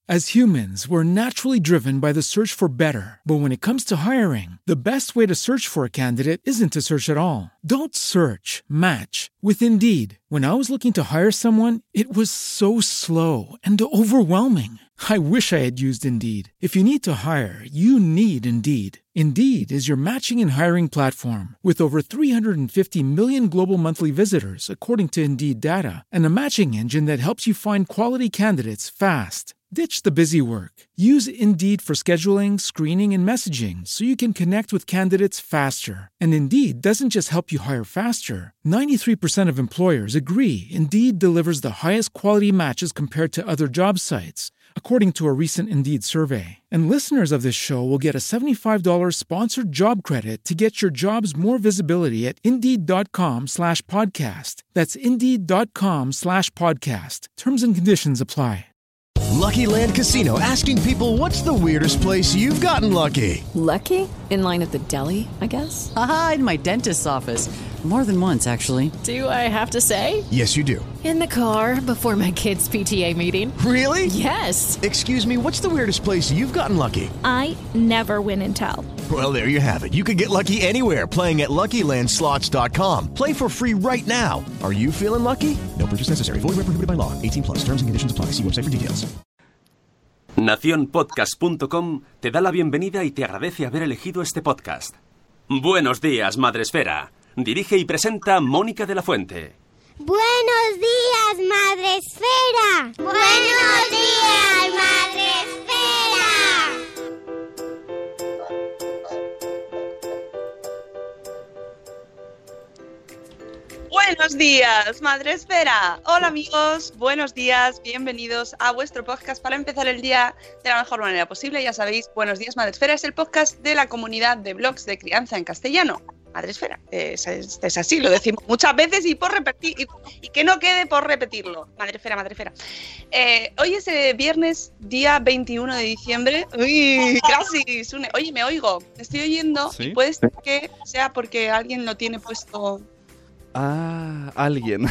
As humans, we're naturally driven by the search for better. But when it comes to hiring, the best way to search for a candidate isn't to search at all. Don't search, match with Indeed. When I was looking to hire someone, it was so slow and overwhelming. I wish I had used Indeed. If you need to hire, you need Indeed. Indeed is your matching and hiring platform with over 350 million global monthly visitors, according to Indeed data, and a matching engine that helps you find quality candidates fast. Ditch the busy work. Use Indeed for scheduling, screening, and messaging so you can connect with candidates faster. And Indeed doesn't just help you hire faster. 93% of employers agree Indeed delivers the highest quality matches compared to other job sites, according to a recent Indeed survey. And listeners of this show will get a $75 sponsored job credit to get your jobs more visibility at Indeed.com/podcast. That's Indeed.com/podcast. Terms and conditions apply. Lucky Land Casino, asking people, what's the weirdest place you've gotten lucky? Lucky? In line at the deli, I guess? Aha, in my dentist's office. More than once, actually. Do I have to say? Yes, you do. In the car before my kids' PTA meeting. Really? Yes. Excuse me, what's the weirdest place you've gotten lucky? I never win and tell. Well, there you have it. You can get lucky anywhere, playing at LuckyLandSlots.com. Play for free right now. Are you feeling lucky? No purchase necessary. Void where prohibited by law. 18+. Terms and conditions apply. See website for details. Nacionpodcast.com te da la bienvenida y te agradece haber elegido este podcast. Buenos días, Madresfera. Dirige y presenta Mónica de la Fuente. Buenos días, Madresfera. Buenos días, Madresfera. Buenos días, Madresfera. Hola amigos, buenos días, bienvenidos a vuestro podcast para empezar el día de la mejor manera posible. Ya sabéis, Buenos días, Madresfera es el podcast de la comunidad de blogs de crianza en castellano. Madresfera, es así, lo decimos muchas veces y por repetir, y que no quede por repetirlo. Madresfera, Madresfera. Hoy es viernes, día 21 de diciembre. ¡Uy! Casi, Sune. Oye, me oigo, me estoy oyendo. ¿Sí? Y puede ser que sea porque alguien lo tiene puesto. Ah, alguien.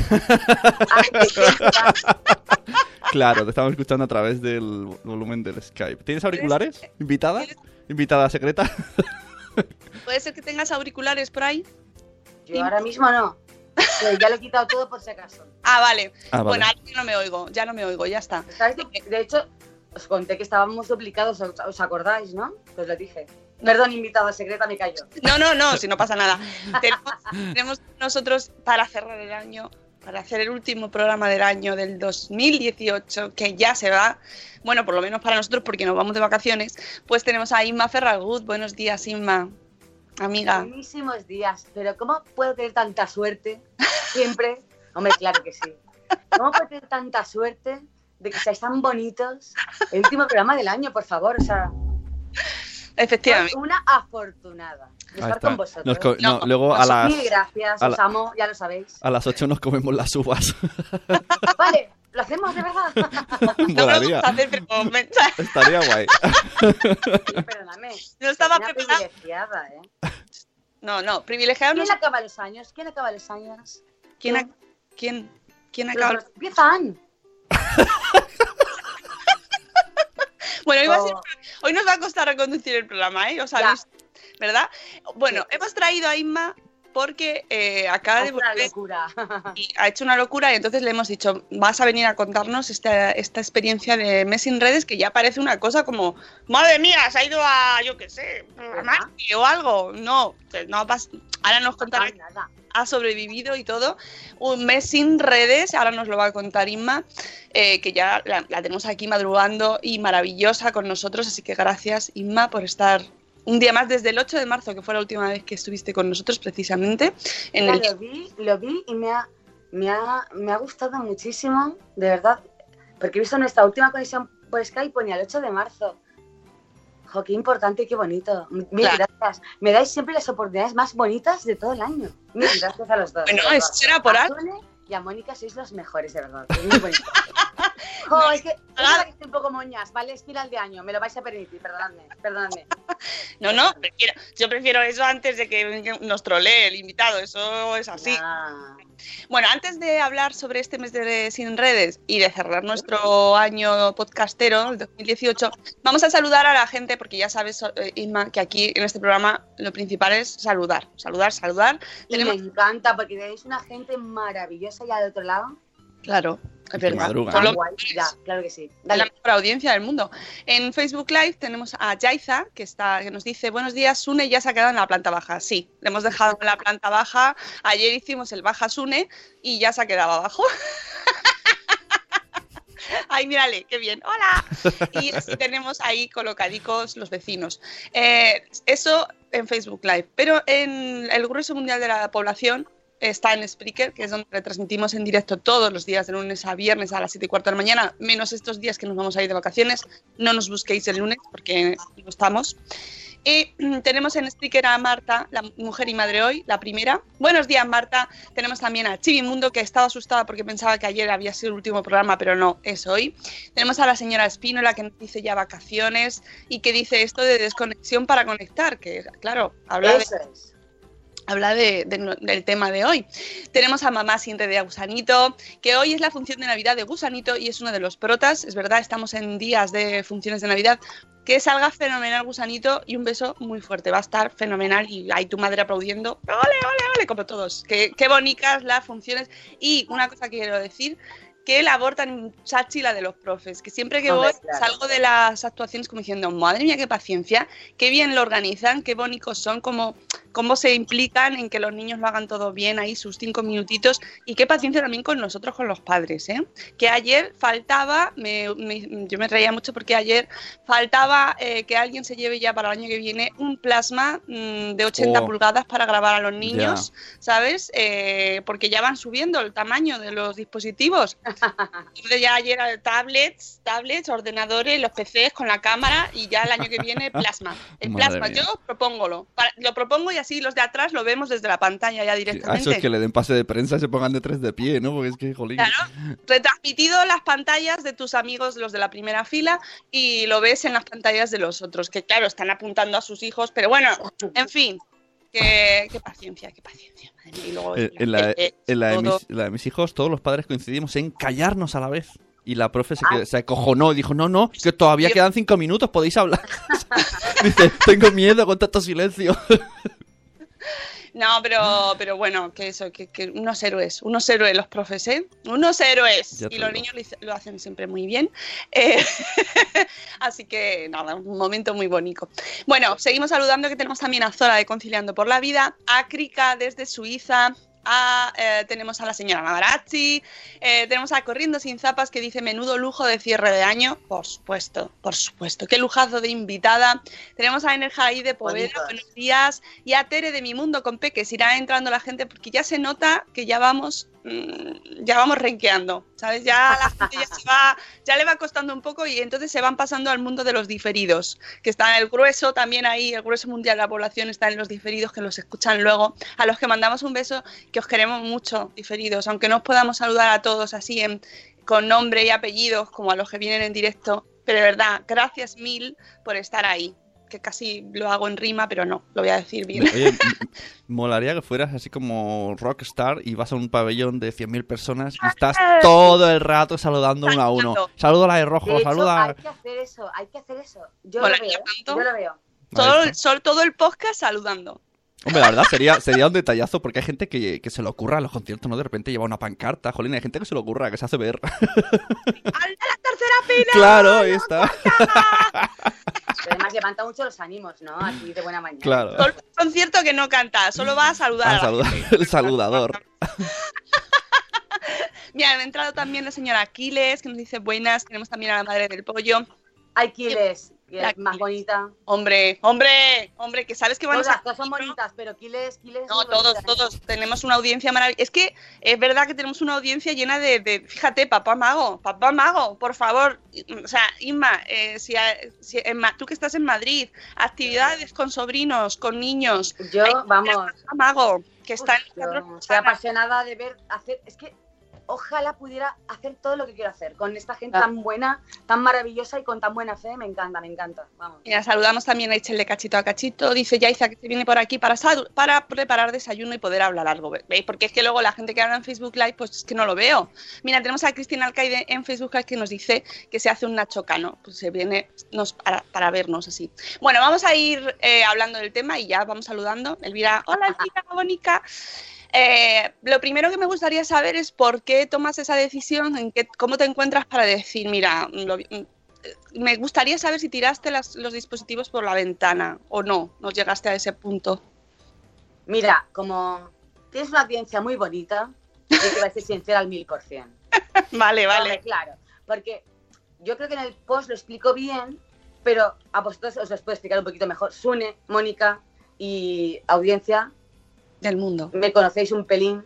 Claro, te estamos escuchando a través del volumen del Skype. ¿Tienes auriculares? ¿Invitada? ¿Invitada secreta? ¿Puede ser que tengas auriculares por ahí? Yo ahora mismo no. Ya lo he quitado todo por si acaso. Ah, vale. Vale. Bueno, ahora ya no me oigo, ya está. De hecho, os conté que estábamos duplicados, ¿os acordáis, no? Os lo dije. Perdón, invitada secreta, me callo. No, si no pasa nada. Tenemos nosotros para cerrar el año, para hacer el último programa del año del 2018, que ya se va, bueno, por lo menos para nosotros porque nos vamos de vacaciones, pues tenemos a Inma Ferragut. Buenos días, Inma, amiga. Buenísimos días, pero ¿cómo puedo tener tanta suerte siempre? Hombre, claro que sí. ¿Cómo puedo tener tanta suerte de que seáis tan bonitos? El último programa del año, por favor, o sea... Efectivamente. Una afortunada de estar con vosotros. Luego a las... Mil gracias, os amo, ya lo sabéis. A las 8 nos comemos las uvas. Vale, lo hacemos de verdad. Molaría. Estaría guay. Perdóname. No estaba preparada. Privilegiada, No, privilegiada. ¿Quién acaba los años? ¿Quién acaba los años? ¿Quién acaba? Los empiezan. Bueno, hoy nos va a costar reconducir el programa, ¿eh? O sabéis, ¿verdad? Bueno, sí. Hemos traído a Inma porque acaba de volver y ha hecho una locura y entonces le hemos dicho, vas a venir a contarnos esta experiencia de mes sin redes que ya parece una cosa como, madre mía, se ha ido a, yo qué sé, Marte o algo. No ahora nos contará. Nada. Ha sobrevivido y todo, un mes sin redes, ahora nos lo va a contar Inma, que ya la tenemos aquí madrugando y maravillosa con nosotros, así que gracias Inma por estar un día más desde el 8 de marzo, que fue la última vez que estuviste con nosotros precisamente. Lo vi y me ha gustado muchísimo, de verdad, porque he visto nuestra última conexión por Skype, ponía el 8 de marzo. Jo, qué importante y qué bonito. Mil gracias. Me dais siempre las oportunidades más bonitas de todo el año. Mil gracias a los dos. Bueno, eso será por algo. Y a Mónica sois los mejores, de verdad. Es muy bonito. Jo, es que estoy un poco moñas, ¿vale? Es final de año, me lo vais a permitir, perdonadme. No, yo prefiero eso antes de que nos trolee el invitado, eso es así. Bueno, antes de hablar sobre este mes de Sin Redes y de cerrar nuestro año podcastero, el 2018, vamos a saludar a la gente, porque ya sabes, Isma, que aquí en este programa lo principal es saludar. Y me encanta, porque tenéis una gente maravillosa ya del otro lado. Claro, es verdad. Claro que sí. Dale. La mejor audiencia del mundo. En Facebook Live tenemos a Yaiza, que nos dice: buenos días, Sune ya se ha quedado en la planta baja. Sí, le hemos dejado en la planta baja. Ayer hicimos el baja Sune y ya se ha quedado abajo. Ay, mírale, qué bien. ¡Hola! Y así tenemos ahí colocadicos los vecinos. Eso en Facebook Live. Pero en el grueso mundial de la población está en Spreaker, que es donde retransmitimos en directo todos los días, de lunes a viernes a las 7:15 de la mañana, menos estos días que nos vamos a ir de vacaciones. No nos busquéis el lunes porque no estamos. Y tenemos en Spreaker a Marta, la mujer y madre hoy, la primera. Buenos días, Marta. Tenemos también a Chivimundo, que estaba asustada porque pensaba que ayer había sido el último programa, pero no, es hoy. Tenemos a la señora Espínola, que nos dice ya vacaciones y que dice esto de desconexión para conectar, que claro, habla del tema de hoy. Tenemos a Mamá Siente de Gusanito, que hoy es la función de Navidad de Gusanito y es uno de los protas. Es verdad, estamos en días de funciones de Navidad. Que salga fenomenal, Gusanito, y un beso muy fuerte. Va a estar fenomenal y hay tu madre aplaudiendo. ¡Ole, ole, ole! Como todos. Qué bonitas las funciones. Y una cosa que quiero decir, que la abortan Chachi, la de los profes, que siempre que voy salgo de las actuaciones como diciendo, madre mía, qué paciencia, qué bien lo organizan, qué bonitos son, cómo se implican en que los niños lo hagan todo bien ahí, sus 5 minutitos, y qué paciencia también con nosotros, con los padres, ¿eh? Que ayer faltaba, yo me reía mucho porque ayer faltaba que alguien se lleve ya para el año que viene un plasma de 80 pulgadas para grabar a los niños, ¿sabes? Porque ya van subiendo el tamaño de los dispositivos. Entonces ya ayer tablets, ordenadores, los PCs con la cámara y ya el año que viene plasma. El plasma, yo lo propongo y así los de atrás lo vemos desde la pantalla ya directamente. Eso es que le den pase de prensa y se pongan de 3 de pie, ¿no? Porque es que, jolín. Claro, retransmitido las pantallas de tus amigos, los de la primera fila, y lo ves en las pantallas de los otros, que claro, están apuntando a sus hijos, pero bueno, en fin. Qué paciencia. Madre mía. Y luego, en la de mis hijos, todos los padres coincidimos en callarnos a la vez. Y la profe se acojonó y dijo, no, que todavía quedan 5 minutos, podéis hablar. Dice, tengo miedo con tanto silencio. No, pero bueno, que unos héroes los profes, ¿eh? Unos héroes. Y los niños lo hacen siempre muy bien. Así que, nada, un momento muy bonito. Bueno, seguimos saludando, que tenemos también a Zora de Conciliando por la Vida, a Krika desde Suiza, tenemos a la señora Mamarazzi, tenemos a Corriendo Sin Zapas, que dice menudo lujo de cierre de año. Por supuesto, qué lujazo de invitada. Tenemos a Enerjaí de Poveda, buenos días, y a Tere de Mi Mundo con Peques. Irá entrando la gente porque ya se nota que ya vamos renqueando, ¿sabes? Ya la gente ya le va costando un poco y entonces se van pasando al mundo de los diferidos, que está el grueso también ahí, el grueso mundial de la población está en los diferidos, que los escuchan luego, a los que mandamos un beso, que os queremos mucho, diferidos, aunque no os podamos saludar a todos así con nombre y apellidos como a los que vienen en directo, pero de verdad, gracias mil por estar ahí. Que casi lo hago en rima, pero no, lo voy a decir bien. Oye, molaría que fueras así como rockstar y vas a un pabellón de 100.000 personas y estás todo el rato saludando uno a uno. Saluda a la de rojo, de hecho, saluda. Hay que hacer eso. Yo lo veo. Todo el podcast saludando. Hombre, la verdad sería un detallazo, porque hay gente que se le ocurra a los conciertos, ¿no? De repente lleva una pancarta, jolín, hay gente que se le ocurra, que se hace ver. ¡Al de la tercera fila! Claro, ahí está. Pero además levanta mucho los ánimos, ¿no? Aquí de buena mañana. Claro. Todo el concierto que no canta, solo va a saludar. El saludador. Mira, ha entrado también la señora Aquiles, que nos dice buenas. Tenemos también a la madre del pollo. Aquiles, que es más bonita. Hombre, que sabes que van a... Todas son bonitas, pero Aquiles... No, todos tenemos una audiencia maravillosa. Es que es verdad que tenemos una audiencia llena de fíjate, papá mago, por favor. O sea, Inma, tú que estás en Madrid, actividades con sobrinos, con niños. Vamos... Papá mago, que está en... Estoy apasionada de ver... Es que ojalá pudiera hacer todo lo que quiero hacer con esta gente tan buena, tan maravillosa y con tan buena fe. Me encanta, vamos. Mira, saludamos también a Echel de Cachito a Cachito. Dice Yaiza que se viene por aquí para preparar desayuno y poder hablar algo. ¿Veis? Porque es que luego la gente que habla en Facebook Live, pues es que no lo veo. Mira, tenemos a Cristina Alcaide en Facebook Live que nos dice que se hace un Nacho Cano. Pues se viene para vernos así. Bueno, vamos a ir hablando del tema y ya vamos saludando. Elvira, hola Elvira, Bonica. Lo primero que me gustaría saber es por qué tomas esa decisión, cómo te encuentras para decir, mira, me gustaría saber si tiraste los dispositivos por la ventana o no llegaste a ese punto. Mira, como tienes una audiencia muy bonita, yo te voy a ser sincera al 1000%. Vale. Claro, porque yo creo que en el post lo explico bien, pero a vosotros os los puedo explicar un poquito mejor. Sune, Mónica y audiencia del mundo. Me conocéis un pelín.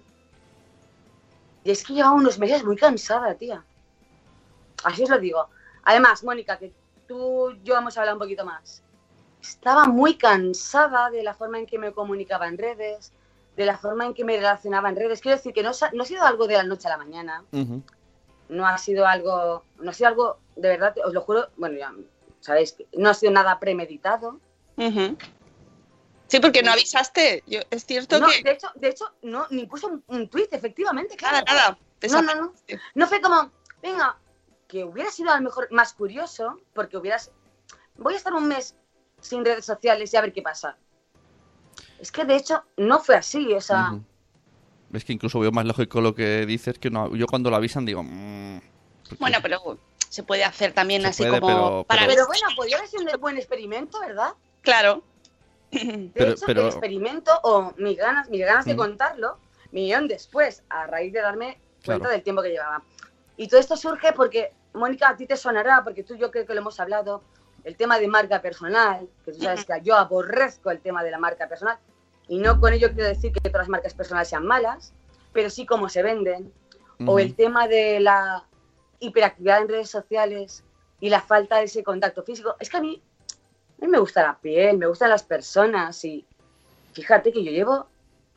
Y es que llevaba unos meses muy cansada, tía. Así os lo digo. Además, Mónica, que tú y yo hemos hablado un poquito más. Estaba muy cansada de la forma en que me comunicaba en redes, de la forma en que me relacionaba en redes. Quiero decir que no ha sido algo de la noche a la mañana. Uh-huh. No ha sido algo, de verdad, os lo juro, bueno, ya sabéis, que no ha sido nada premeditado. Uh-huh. Sí, porque no avisaste. Es cierto no, que... De hecho, no, ni puse un tuit, efectivamente. Claro. Nada. No. No fue como, venga, que hubiera sido a lo mejor más curioso, porque voy a estar un mes sin redes sociales y a ver qué pasa. Es que, de hecho, no fue así, o sea... Uh-huh. Es que incluso veo más lógico lo que dices, que no, yo cuando lo avisan digo... Bueno, pero se puede hacer también así pero bueno, podría haber sido un buen experimento, ¿verdad? Claro. De hecho, el experimento o mis ganas de contarlo vinieron después, a raíz de darme cuenta del tiempo que llevaba. Y todo esto surge porque, Mónica, a ti te sonará, porque tú yo creo que lo hemos hablado, el tema de marca personal, que tú sabes que yo aborrezco el tema de la marca personal, y no con ello quiero decir que todas las marcas personales sean malas, pero sí cómo se venden, o el tema de la hiperactividad en redes sociales y la falta de ese contacto físico. Es que a mí me gusta la piel, me gustan las personas y fíjate que yo llevo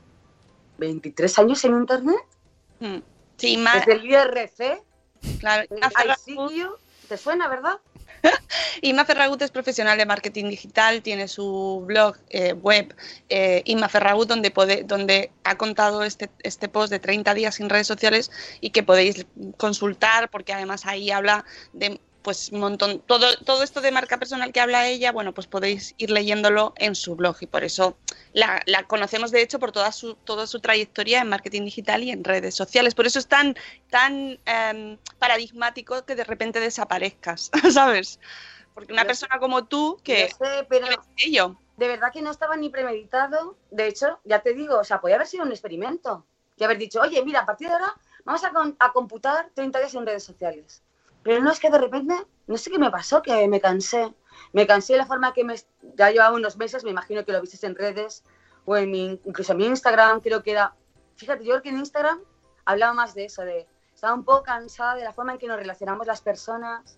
23 años en internet. Sí, desde el IRC. Claro. ¿Te suena, verdad? Inma Ferragut es profesional de marketing digital, tiene su blog web Inma Ferragut donde ha contado este post de 30 días sin redes sociales y que podéis consultar porque además ahí habla de pues un montón, todo esto de marca personal que habla ella, bueno, pues podéis ir leyéndolo en su blog y por eso la conocemos de hecho por toda su trayectoria en marketing digital y en redes sociales. Por eso es tan paradigmático que de repente desaparezcas, ¿sabes? Porque una persona como tú que... No sé, pero de verdad que no estaba ni premeditado. De hecho, ya te digo, o sea, podía haber sido un experimento. Y haber dicho, oye, mira, a partir de ahora vamos a computar 30 días en redes sociales. Pero no, es que de repente, no sé qué me pasó, que me cansé. Me cansé de la forma que ya llevaba unos meses, me imagino que lo visteis en redes, o incluso en mi Instagram, creo que era... Fíjate, yo creo que en Instagram hablaba más de eso, estaba un poco cansada de la forma en que nos relacionamos las personas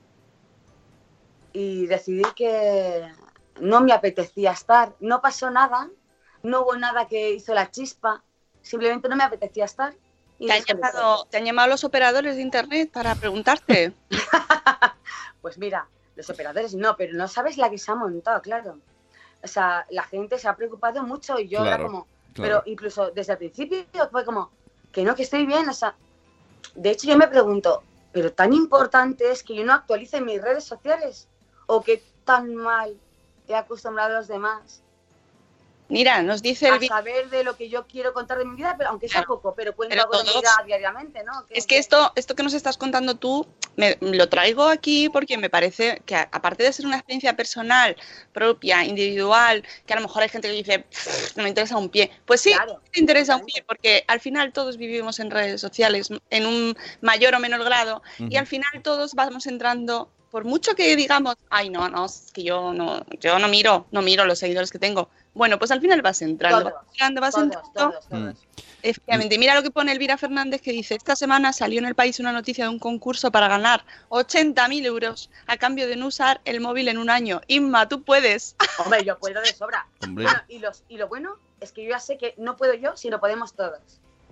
y decidí que no me apetecía estar. No pasó nada, no hubo nada que hizo la chispa, simplemente no me apetecía estar. ¿Te han llamado los operadores de internet para preguntarte? Pues mira, los operadores no, pero no sabes la que se ha montado, claro. O sea, la gente se ha preocupado mucho y yo era como... Pero incluso desde el principio fue como, que no, que estoy bien, o sea... De hecho yo me pregunto, ¿pero tan importante es que yo no actualice mis redes sociales? ¿O que tan mal he acostumbrado a los demás? Mira, nos dice a saber de lo que yo quiero contar de mi vida, pero aunque sea poco, pero cuento algo de mi vida diariamente, ¿no? Es que esto que nos estás contando tú, lo traigo aquí porque me parece que aparte de ser una experiencia personal, propia, individual, que a lo mejor hay gente que dice, no me interesa un pie. Pues sí, claro, te interesa un pie, porque al final todos vivimos en redes sociales en un mayor o menor grado, y al final todos vamos entrando, por mucho que digamos, ay, no, es que yo no miro los seguidores que tengo. Bueno, pues al final vas entrando. Todos. Efectivamente. Mira lo que pone Elvira Fernández, que dice, esta semana salió en El País una noticia de un concurso para ganar 80.000 euros a cambio de no usar el móvil en un año. Inma, tú puedes. Hombre, yo puedo de sobra. Bueno, y lo bueno es que yo ya sé que no puedo yo, sino podemos todos.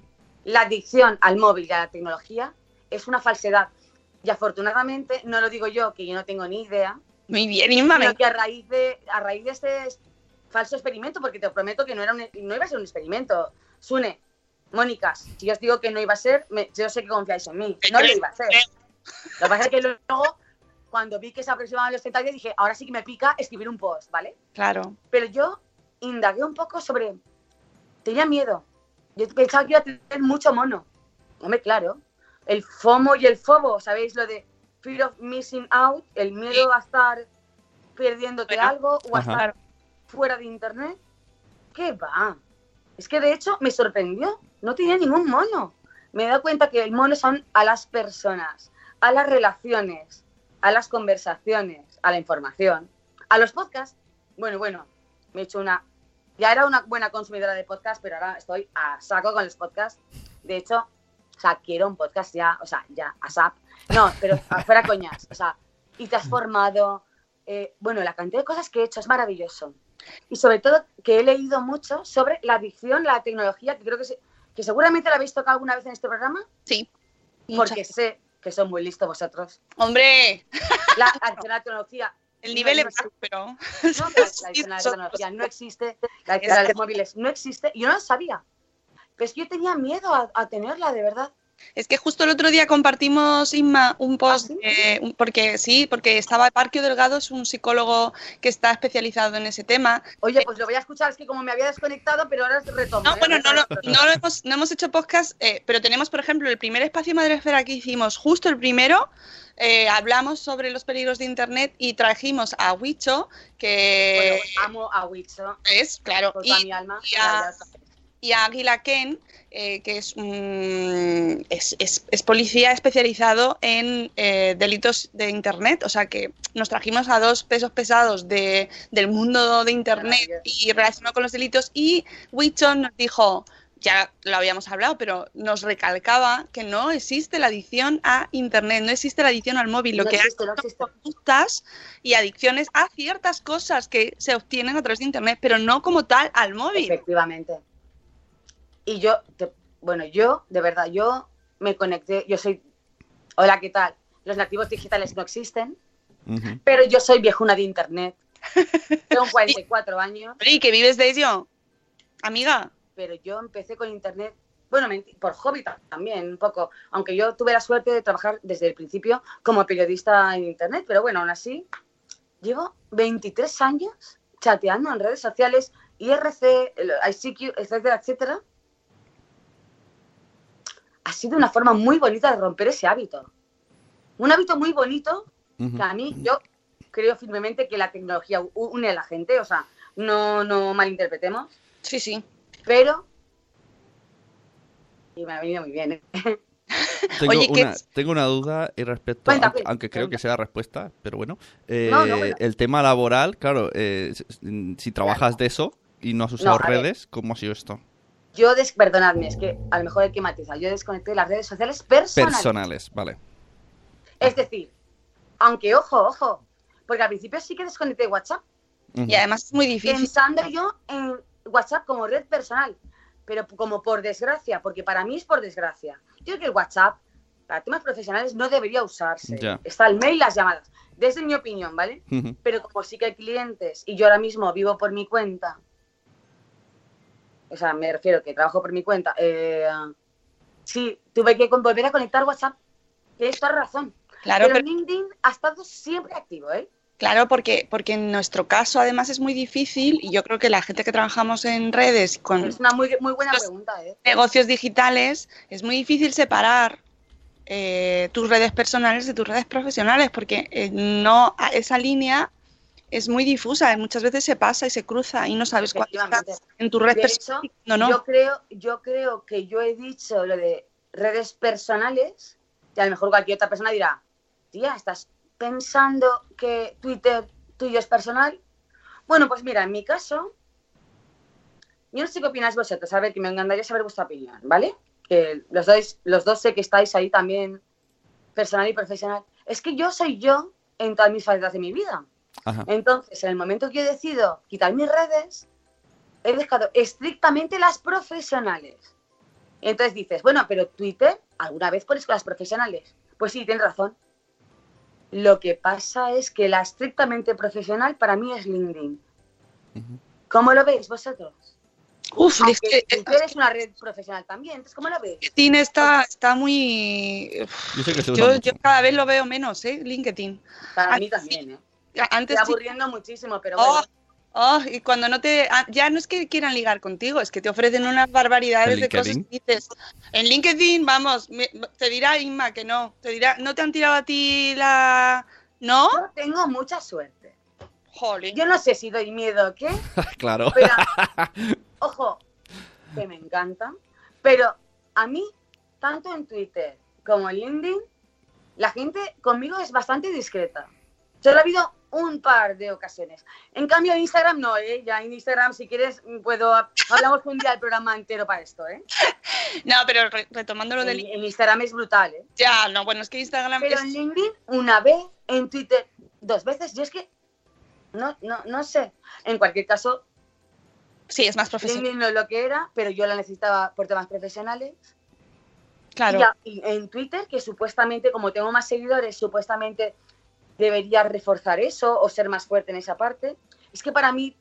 la adicción al móvil y a la tecnología es una falsedad. Y afortunadamente, no lo digo yo, que yo no tengo ni idea. Muy bien, Inma. Sino que a raíz de este falso experimento, porque te prometo que no iba a ser un experimento. Sune, Mónica, si yo os digo que no iba a ser, yo sé que confiáis en mí. No lo iba a ser. Lo que pasa es que luego, cuando vi que se aproximaban los 30 días, dije, ahora sí que me pica escribir un post, ¿vale? Claro. Pero yo indagué un poco sobre... Tenía miedo. Yo pensaba que iba a tener mucho mono. Hombre, claro. El FOMO y el FOBO, ¿sabéis? Lo de fear of missing out, el miedo a estar perdiéndote algo o a estar fuera de internet. ¿Qué va? Es que de hecho me sorprendió. No tenía ningún mono. Me he dado cuenta que el mono son a las personas, a las relaciones, a las conversaciones, a la información, a los podcasts. Bueno, me he hecho ya era una buena consumidora de podcasts, pero ahora estoy a saco con los podcasts. De hecho, quiero un podcast ya, a SAP. No, pero fuera coñas, y te has formado. La cantidad de cosas que he hecho es maravilloso. Y sobre todo que he leído mucho sobre la adicción, la tecnología, que creo que seguramente la habéis tocado alguna vez en este programa. Sí. Porque sé que son muy listos vosotros. ¡Hombre! La adicción a la tecnología. El nivel es bajo, pero... No, pero la adicción a la tecnología no existe. La adicción a los móviles no existe. Y yo no lo sabía. Pero es que yo tenía miedo a tenerla, de verdad. Es que justo el otro día compartimos, Inma, un post, porque estaba Parquio Delgado, es un psicólogo que está especializado en ese tema. Oye, pues lo voy a escuchar, es que como me había desconectado, pero ahora retomo. No hemos hecho podcast, pero tenemos, por ejemplo, el primer espacio Madresfera que hicimos, justo el primero, hablamos sobre los peligros de Internet y trajimos a Huicho, que... Bueno, amo a Huicho. Es, claro. Mi alma. Y a Águila Ken, que es policía especializado en delitos de Internet. O sea que nos trajimos a dos pesos pesados del mundo de Internet y relacionado con los delitos. Y Wichon nos dijo, ya lo habíamos hablado, pero nos recalcaba que no existe la adicción a Internet, no existe la adicción al móvil. Lo que hay son conductas y adicciones a ciertas cosas que se obtienen a través de Internet, pero no como tal al móvil. Efectivamente. Y yo, de verdad, yo me conecté, yo soy, hola, ¿qué tal? Los nativos digitales no existen, pero yo soy viejuna de Internet. Tengo 44 años. ¿Y que vives de ello, amiga? Pero yo empecé con Internet, por hobby también, un poco. Aunque yo tuve la suerte de trabajar desde el principio como periodista en Internet, pero bueno, aún así, llevo 23 años chateando en redes sociales, IRC, ICQ, etcétera, etcétera. Ha sido una forma muy bonita de romper ese hábito. Un hábito muy bonito que a mí, yo creo firmemente que la tecnología une a la gente, no malinterpretemos. Sí, sí. Pero... Y me ha venido muy bien, ¿eh? Tengo una duda y respecto, aunque creo que sea respuesta, pero bueno. Bueno. El tema laboral, claro, si trabajas de eso y no has usado redes, ¿cómo ha sido esto? Perdonadme, es que a lo mejor hay que matizar. Yo desconecté las redes sociales personales. Vale. Es decir, aunque, ojo, porque al principio sí que desconecté WhatsApp. Y además es muy difícil. Pensando yo en WhatsApp como red personal, pero como por desgracia, porque para mí es por desgracia. Yo creo que el WhatsApp, para temas profesionales, no debería usarse. Ya. Está el mail, las llamadas. Desde mi opinión, ¿vale? Pero como sí que hay clientes y yo ahora mismo vivo por mi cuenta... me refiero que trabajo por mi cuenta. Sí, tuve que volver a conectar WhatsApp. Tienes toda razón. Claro, pero LinkedIn ha estado siempre activo, ¿eh? Claro, porque en nuestro caso además es muy difícil y yo creo que la gente que trabajamos en redes con es una muy buena pregunta, ¿eh? Negocios digitales, es muy difícil separar tus redes personales de tus redes profesionales porque esa línea es muy difusa, muchas veces se pasa y se cruza y no sabes cuándo estás en tu red personal. No. Yo creo que yo he dicho lo de redes personales y a lo mejor cualquier otra persona dirá, tía, ¿estás pensando que Twitter tuyo es personal? Bueno, pues mira, en mi caso, yo no sé qué opináis vosotros, a ver, que me encantaría saber vuestra opinión, ¿vale? Que los dos sé que estáis ahí también, personal y profesional. Es que yo soy yo en todas mis facetas de mi vida. Ajá. Entonces, en el momento que yo decido quitar mis redes, he dejado estrictamente las profesionales. Entonces dices, bueno, pero Twitter, ¿alguna vez pones cosas profesionales? Pues sí, tienes razón. Lo que pasa es que la estrictamente profesional para mí es LinkedIn. ¿Cómo lo veis vosotros? Uf, Twitter es una red profesional también, entonces ¿cómo lo veis? LinkedIn está muy... Yo cada vez lo veo menos, LinkedIn. Para mí también, Antes estoy aburriendo muchísimo, pero bueno. Y cuando no te... Ya no es que quieran ligar contigo, es que te ofrecen unas barbaridades de cosas que dices. En LinkedIn, vamos, te dirá Inma que no. Te dirá, ¿no te han tirado a ti la...? ¿No? Yo tengo mucha suerte. Jolín. Yo no sé si doy miedo o qué. Claro. Pero, ojo, que me encanta. Pero a mí, tanto en Twitter como en LinkedIn, la gente conmigo es bastante discreta. Solo ha habido un par de ocasiones. En cambio, en Instagram no, Ya en Instagram, si quieres, hablamos un día del programa entero para esto, No, pero retomando lo del... En Instagram es brutal, Ya, no, bueno, es que Instagram... Pero en LinkedIn, una vez, en Twitter, 2 veces. Yo es que no sé. En cualquier caso... Sí, es más profesional. LinkedIn no es lo que era, pero yo la necesitaba por temas profesionales. Claro. Y en Twitter, que supuestamente, como tengo más seguidores, supuestamente... debería reforzar eso o ser más fuerte en esa parte. Es que para mí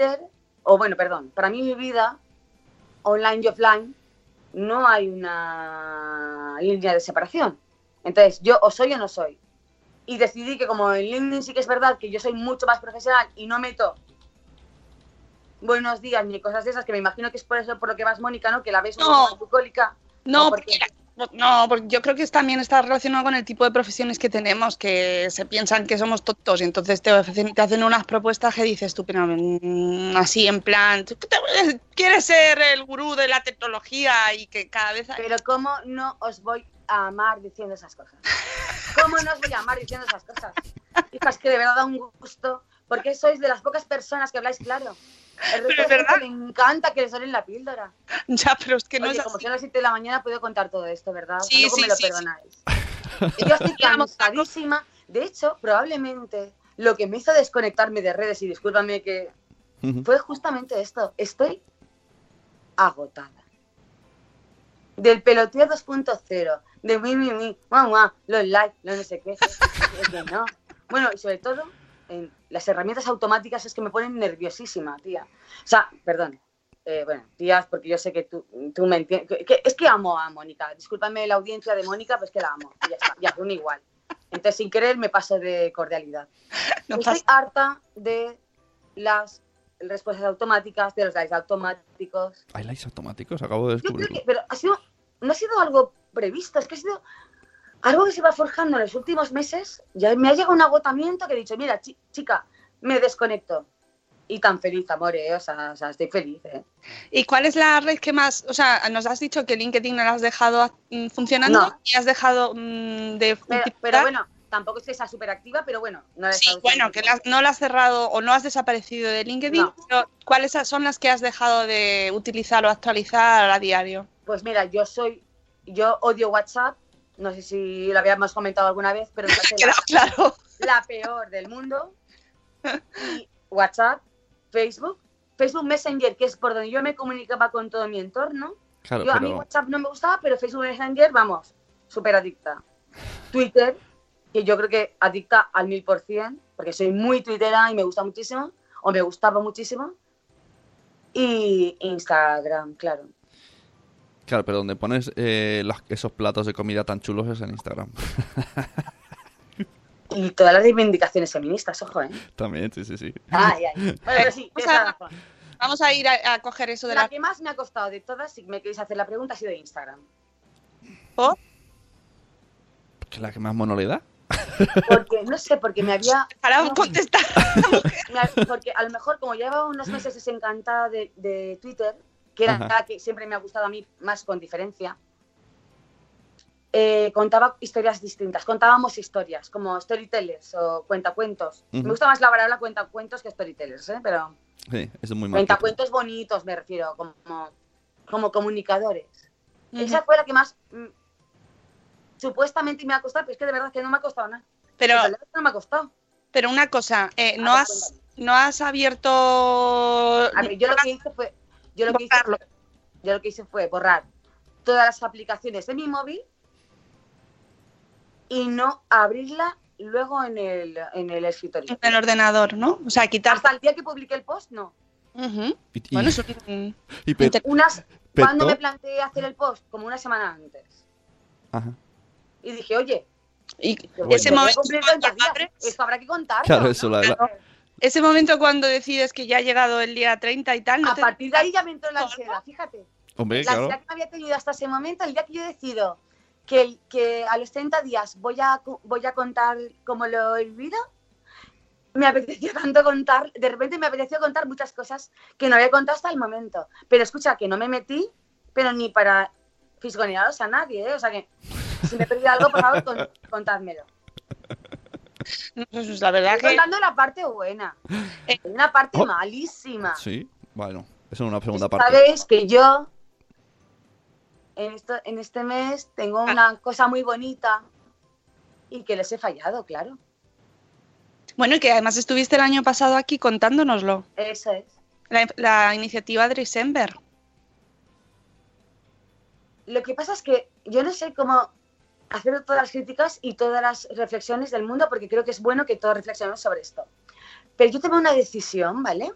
para mí mi vida, online y offline, no hay una línea de separación. Entonces, yo o soy o no soy. Y decidí que como en LinkedIn sí que es verdad que yo soy mucho más profesional y no meto buenos días ni cosas de esas, que me imagino que es por eso por lo que vas, Mónica, ¿no? Que la ves muy bucólica. No, porque yo creo que también está relacionado con el tipo de profesiones que tenemos, que se piensan que somos tontos y entonces te hacen unas propuestas que dices tú, pero así en plan, quieres ser el gurú de la tecnología y que cada vez... Pero ¿cómo no os voy a amar diciendo esas cosas? ¿Cómo no os voy a amar diciendo esas cosas? Hijas, que de verdad da un gusto, porque sois de las pocas personas que habláis claro. El resto es verdad. Me encanta que les den la píldora. Ya, pero es que no. Oye, es como así. son las 7 de la mañana, puedo contar todo esto, ¿verdad? Sí, Luego me lo perdonáis. Yo estoy cansadísima. De hecho, probablemente lo que me hizo desconectarme de redes, y discúlpame que fue justamente esto. Estoy agotada. Del peloteo 2.0, de mamá, los likes, los no sé qué. Es que no. Bueno, y sobre todo... en las herramientas automáticas es que me ponen nerviosísima, tía. O sea, perdón. Tías, porque yo sé que tú me entiendes. Es que amo a Mónica. Discúlpame la audiencia de Mónica, pues que la amo. Y ya está. Y aún igual. Entonces, sin querer, me paso de cordialidad. Estoy harta de las respuestas automáticas, de los likes automáticos. ¿Hay likes automáticos? Acabo de descubrirlo. Pero no ha sido algo previsto, es que ha sido... algo que se va forjando en los últimos meses. Ya me ha llegado un agotamiento que he dicho, mira, chica, me desconecto. Y tan feliz, amor, o sea, estoy feliz, ¿Y cuál es la red que más...? O sea, nos has dicho que LinkedIn no la has dejado funcionando y has dejado de... Pero bueno, tampoco es que sea súper activa, pero bueno. No que no la has cerrado o no has desaparecido de LinkedIn, pero ¿cuáles son las que has dejado de utilizar o actualizar a diario? Pues mira, yo odio WhatsApp. No sé si lo habíamos comentado alguna vez, pero me parece la peor del mundo. Y WhatsApp, Facebook Messenger, que es por donde yo me comunicaba con todo mi entorno. Claro, A mí WhatsApp no me gustaba, pero Facebook Messenger, vamos, súper adicta. Twitter, que yo creo que adicta al 1000%, porque soy muy tuitera y me gusta muchísimo, o me gustaba muchísimo. Y Instagram, claro. Claro, pero donde pones esos platos de comida tan chulos es en Instagram. Y todas las reivindicaciones feministas, ojo, También, sí. Ay. Bueno, pero sí, vamos a ir a coger eso de la que más me ha costado de todas, si me queréis hacer la pregunta, ha sido Instagram. ¿Oh? ¿Que la que más mono le da? Porque me había... Para contestar. Porque a lo mejor, como llevaba unos meses desencantada de Twitter, que era la que siempre me ha gustado a mí más con diferencia, contaba historias distintas. Contábamos historias, como storytellers o cuentacuentos. Me gusta más la palabra cuentacuentos que storytellers, pero... Sí, eso es muy mal. Cuentacuentos bonitos, me refiero, como comunicadores. Esa fue la que más... supuestamente me ha costado, pero es que de verdad que no me ha costado nada. Pero no me ha costado. Pero una cosa, no has abierto... A ver, yo lo que hice fue borrar todas las aplicaciones de mi móvil y no abrirla luego en el escritorio. En el ordenador, ¿no? O sea, quitar... Hasta el día que publiqué el post, no. Bueno, eso... ¿Cuándo me planteé hacer el post? Como una semana antes. Ajá. Y dije, oye, y ese momento esto habrá que contarlo. Claro, eso, ¿no? Ese momento cuando decides que ya ha llegado el día 30 y tal... ¿no? A partir de ahí ya me entró la ansiedad, fíjate. Hombre, la ansiedad que me había tenido hasta ese momento, el día que yo decido que a los 30 días voy a contar cómo lo he vivido, me apeteció tanto contar, de repente me apeteció contar muchas cosas que no había contado hasta el momento. Pero escucha, que no me metí, pero ni para fisgonearos a nadie, ¿eh? O sea que si me he perdido algo, por favor, contádmelo. Pues la verdad estoy contando la parte buena. Hay una parte malísima. Sí, bueno, eso es una segunda parte. Sabes que yo en este mes tengo una cosa muy bonita y que les he fallado, claro. Bueno, y que además estuviste el año pasado aquí contándonoslo. Eso es. La iniciativa December. Lo que pasa es que yo no sé cómo hacer todas las críticas y todas las reflexiones del mundo, porque creo que es bueno que todos reflexionemos sobre esto. Pero yo tomé una decisión, ¿vale?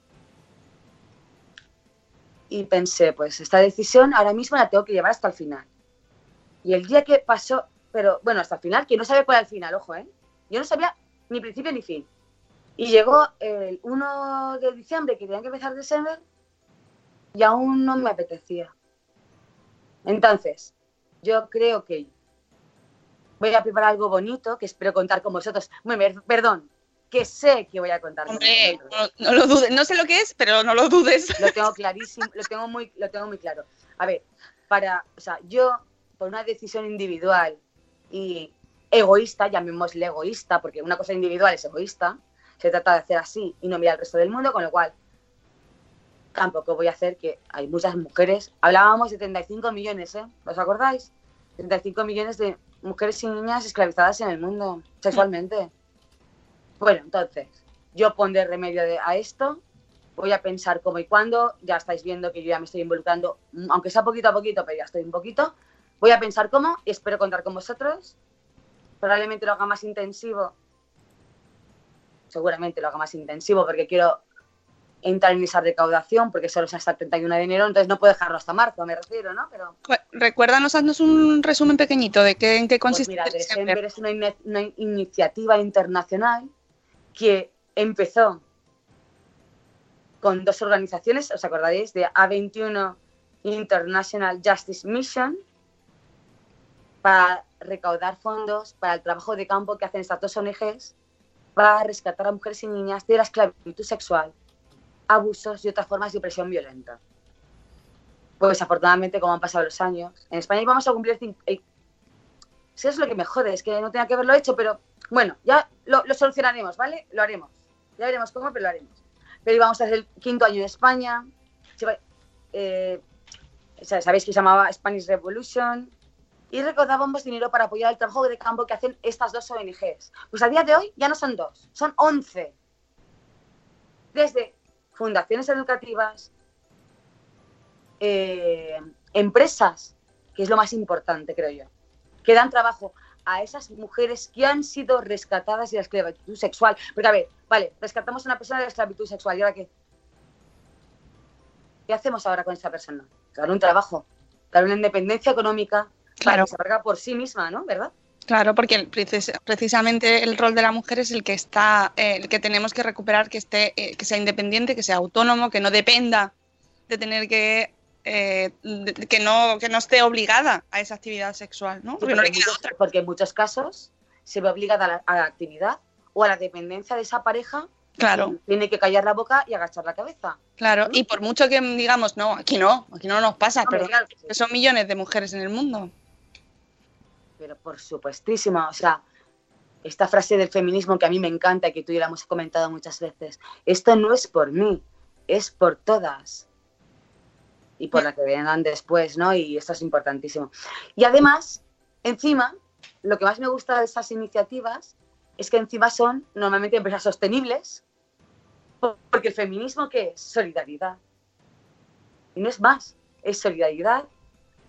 Y pensé, pues esta decisión ahora mismo la tengo que llevar hasta el final. Y el día que pasó, pero bueno, hasta el final, que no sabía cuál era el final, ojo, ¿eh? Yo no sabía ni principio ni fin. Y llegó el 1 de diciembre, que tenía que empezar diciembre, y aún no me apetecía. Entonces, yo creo que voy a preparar algo bonito, que espero contar con vosotros. Bueno, perdón, que sé que voy a contar con vosotros. No lo dudes, no sé lo que es, pero no lo dudes. Lo tengo clarísimo, lo tengo muy claro. A ver, yo, por una decisión individual y egoísta, llamémosle egoísta, porque una cosa individual es egoísta, se trata de hacer así y no mirar al resto del mundo, con lo cual tampoco voy a hacer que hay muchas mujeres, hablábamos de 35 millones, ¿os acordáis? 35 millones de mujeres y niñas esclavizadas en el mundo sexualmente. Bueno, entonces, yo pondré remedio a esto, voy a pensar cómo y cuándo, ya estáis viendo que yo ya me estoy involucrando, aunque sea poquito a poquito, pero ya estoy un poquito, voy a pensar cómo y espero contar con vosotros, probablemente lo haga más intensivo, seguramente lo haga más intensivo porque quiero entrar en esa recaudación, porque solo es hasta el 31 de enero, entonces no puedo dejarlo hasta marzo, me refiero, ¿no? Pero recuérdanos, haznos un resumen pequeñito de en qué consiste. Pues mira, December es una iniciativa internacional que empezó con dos organizaciones, ¿os acordaréis? De A21 International Justice Mission, para recaudar fondos para el trabajo de campo que hacen estas dos ONGs para rescatar a mujeres y niñas de la esclavitud sexual, abusos y otras formas de opresión violenta. Pues afortunadamente, como han pasado los años, en España vamos a cumplir... Si es lo que me jode, es que no tenía que haberlo hecho, pero bueno, ya lo solucionaremos, ¿vale? Lo haremos. Ya veremos cómo, pero lo haremos. Pero íbamos a hacer el 5º año en España. Sabéis que se llamaba Spanish Revolution. Y recaudábamos dinero para apoyar el trabajo de campo que hacen estas dos ONGs. Pues a día de hoy ya no son 2, son 11. Desde fundaciones educativas, empresas, que es lo más importante, creo yo, que dan trabajo a esas mujeres que han sido rescatadas de la esclavitud sexual. Porque, a ver, vale, rescatamos a una persona de la esclavitud sexual, ¿y ahora qué? ¿Qué hacemos ahora con esa persona? Dar un trabajo, dar una independencia económica, claro, que se valga por sí misma, ¿no? ¿Verdad? Claro, porque precisamente el rol de la mujer es el que tenemos que recuperar, que sea independiente, que sea autónomo, que no dependa de tener que no esté obligada a esa actividad sexual, ¿no? Porque en muchos casos se ve obligada a la actividad o a la dependencia de esa pareja. Claro. Tiene que callar la boca y agachar la cabeza. Claro, ¿no? Y por mucho que digamos, no, aquí no nos pasa, hombre, pero claro que sí. Son millones de mujeres en el mundo. Pero por supuestísimo, o sea, esta frase del feminismo que a mí me encanta y que tú y yo la hemos comentado muchas veces, esto no es por mí, es por todas. Y por la que vengan después, ¿no? Y esto es importantísimo. Y además, encima, lo que más me gusta de estas iniciativas es que encima son normalmente empresas sostenibles, porque el feminismo, ¿qué es? Solidaridad. Y no es más, es solidaridad,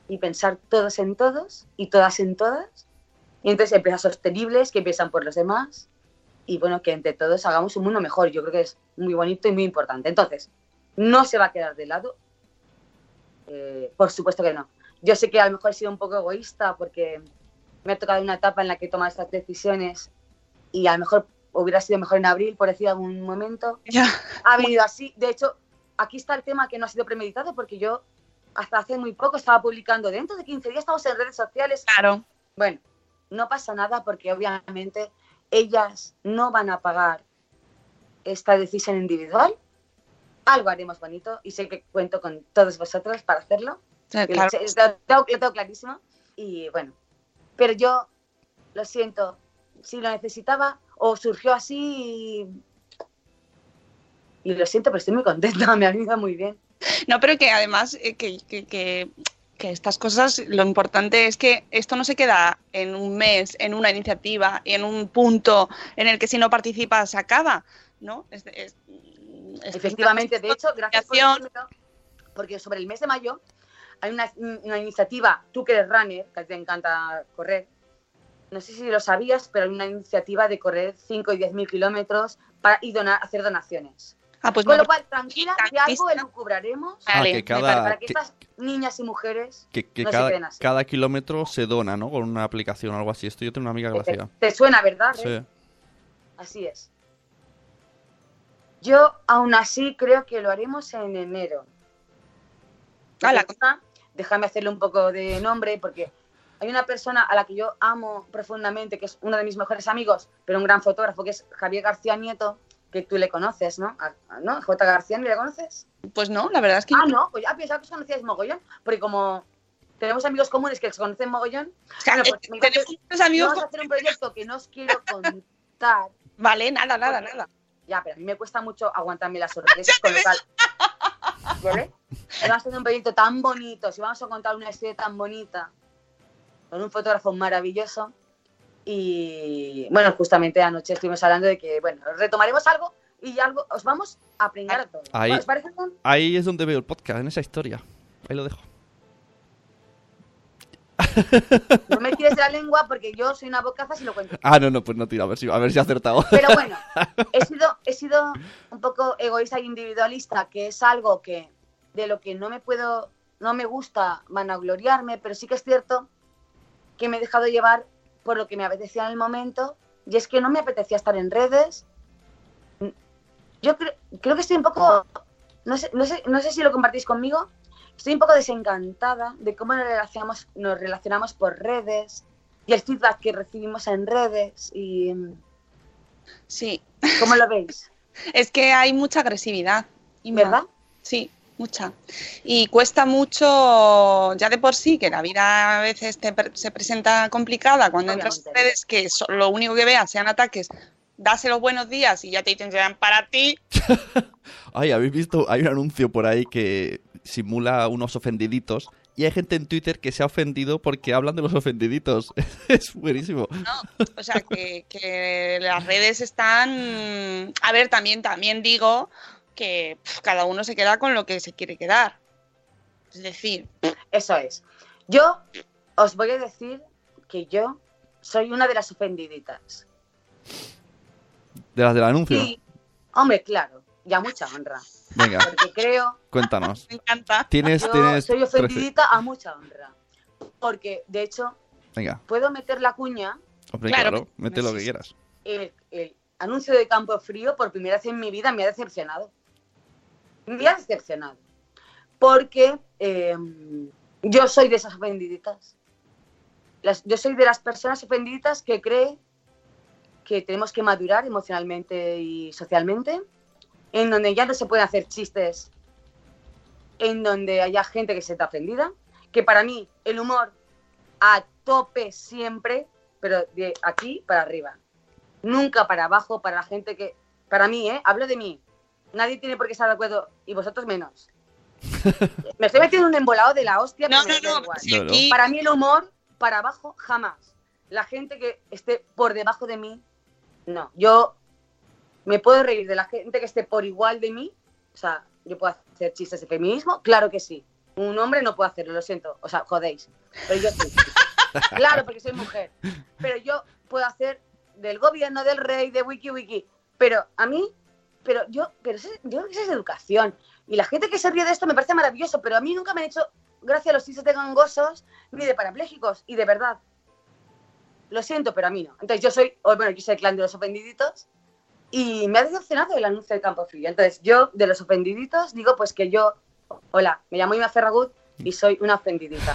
y pensar todos en todos y todas en todas. Y entonces empresas sostenibles que piensan por los demás y bueno, que entre todos hagamos un mundo mejor. Yo creo que es muy bonito y muy importante. Entonces, no se va a quedar de lado. Por supuesto que no. Yo sé que a lo mejor he sido un poco egoísta porque me ha tocado una etapa en la que he tomado estas decisiones y a lo mejor hubiera sido mejor en abril, por decir algún momento. Ya. Ha venido así. De hecho, aquí está el tema que no ha sido premeditado porque yo hasta hace muy poco estaba publicando. Dentro de 15 días estamos en redes sociales. Claro. Bueno, no pasa nada porque obviamente ellas no van a pagar esta decisión individual. Algo haremos bonito y sé que cuento con todos vosotros para hacerlo. Sí, claro. Lo tengo clarísimo. Y bueno, pero yo lo siento, si lo necesitaba o surgió así y lo siento, pero estoy muy contenta, me ha ido muy bien. No, pero que además que estas cosas, lo importante es que esto no se queda en un mes, en una iniciativa, en un punto en el que si no participas se acaba, ¿no? Efectivamente, de hecho, gracias por decírmelo, porque sobre el mes de mayo hay una iniciativa, tú que eres runner, que te encanta correr, no sé si lo sabías, pero hay una iniciativa de correr 5 y 10.000 kilómetros y hacer donaciones. Pues con lo cual, tranquila, que algo elucubraremos para que estas niñas y mujeres no se queden así. Cada kilómetro se dona, ¿no? Con una aplicación o algo así. Esto yo tengo una amiga que lo hacía. Te suena, ¿verdad? Sí. Así es. Yo, aún así, creo que lo haremos en enero. Déjame hacerle un poco de nombre, porque hay una persona a la que yo amo profundamente, que es uno de mis mejores amigos, pero un gran fotógrafo, que es Javier García Nieto, que tú le conoces, ¿no? ¿No? J. García, ¿no le conoces? Pues no, la verdad es que... no, pues ya pensaba que os conocíais mogollón, porque como tenemos amigos comunes que se conocen mogollón, claro, pues tenemos unos amigos... Vamos a hacer un proyecto que no os quiero contar. Vale, nada. Ya, pero a mí me cuesta mucho aguantarme las sorpresas, con lo cual... ¿Vale? Vamos a hacer un proyecto tan bonito, si vamos a contar una historia tan bonita, con un fotógrafo maravilloso. Y bueno, justamente anoche estuvimos hablando de que, bueno, retomaremos algo y algo os vamos a pringar a todos. ¿Os parece bien? Ahí es donde veo el podcast, en esa historia. Ahí lo dejo. No me tires de la lengua porque yo soy una bocaza si lo cuento. No, pues no tiro, a ver si he acertado. Pero bueno, he sido un poco egoísta e individualista, que es algo que de lo que no me gusta vanagloriarme, pero sí que es cierto que me he dejado llevar por lo que me apetecía en el momento, y es que no me apetecía estar en redes. Yo creo que estoy un poco, no sé si lo compartís conmigo, estoy un poco desencantada de cómo nos relacionamos por redes y el feedback que recibimos en redes. Y sí. ¿Cómo lo veis? Es que hay mucha agresividad. ¿Verdad? Sí, mucha. Y cuesta mucho, ya de por sí, que la vida a veces se presenta complicada cuando entras en redes, que lo único que veas sean ataques. Dase los buenos días y ya te dicen serán para ti. Ay, ¿habéis visto? Hay un anuncio por ahí que simula unos ofendiditos y hay gente en Twitter que se ha ofendido porque hablan de los ofendiditos. Es buenísimo. No, o sea, que las redes están... A ver, también digo que cada uno se queda con lo que se quiere quedar. Es decir... Eso es. Yo os voy a decir que yo soy una de las ofendiditas. ¿De las del anuncio? Sí, hombre, claro, y a mucha honra. Venga, porque creo... Cuéntanos. Me encanta. Soy ofendidita a mucha honra. Porque, de hecho, venga, puedo meter la cuña... Hombre, claro, mete lo que quieras. El anuncio de Campo Frío, por primera vez en mi vida, me ha decepcionado. Me ha decepcionado. Porque yo soy de esas ofendiditas. Yo soy de las personas ofendiditas que cree que tenemos que madurar emocionalmente y socialmente, en donde ya no se pueden hacer chistes, en donde haya gente que se está ofendida, que para mí el humor a tope siempre, pero de aquí para arriba, nunca para abajo, para la gente que... Para mí, hablo de mí, nadie tiene por qué estar de acuerdo, y vosotros menos. Me estoy metiendo en un embolado de la hostia, pero me da igual. No. Para mí el humor, para abajo, jamás. La gente que esté por debajo de mí, no. Yo me puedo reír de la gente que esté por igual de mí. O sea, yo puedo hacer chistes de feminismo, claro que sí. Un hombre no puede hacerlo, lo siento. O sea, jodéis. Pero yo sí. Claro, porque soy mujer. Pero yo puedo hacer del gobierno, del rey, de wiki. Pero a mí, yo creo que eso es educación. Y la gente que se ríe de esto me parece maravilloso, pero a mí nunca me han hecho gracia los chistes de gangosos ni de parapléjicos. Y de verdad, lo siento, pero a mí no. Entonces yo soy el clan de los ofendiditos y me ha decepcionado el anuncio de Campo Frío. Entonces yo, de los ofendiditos, digo pues que yo, hola, me llamo Ima Ferragut y soy una ofendidita.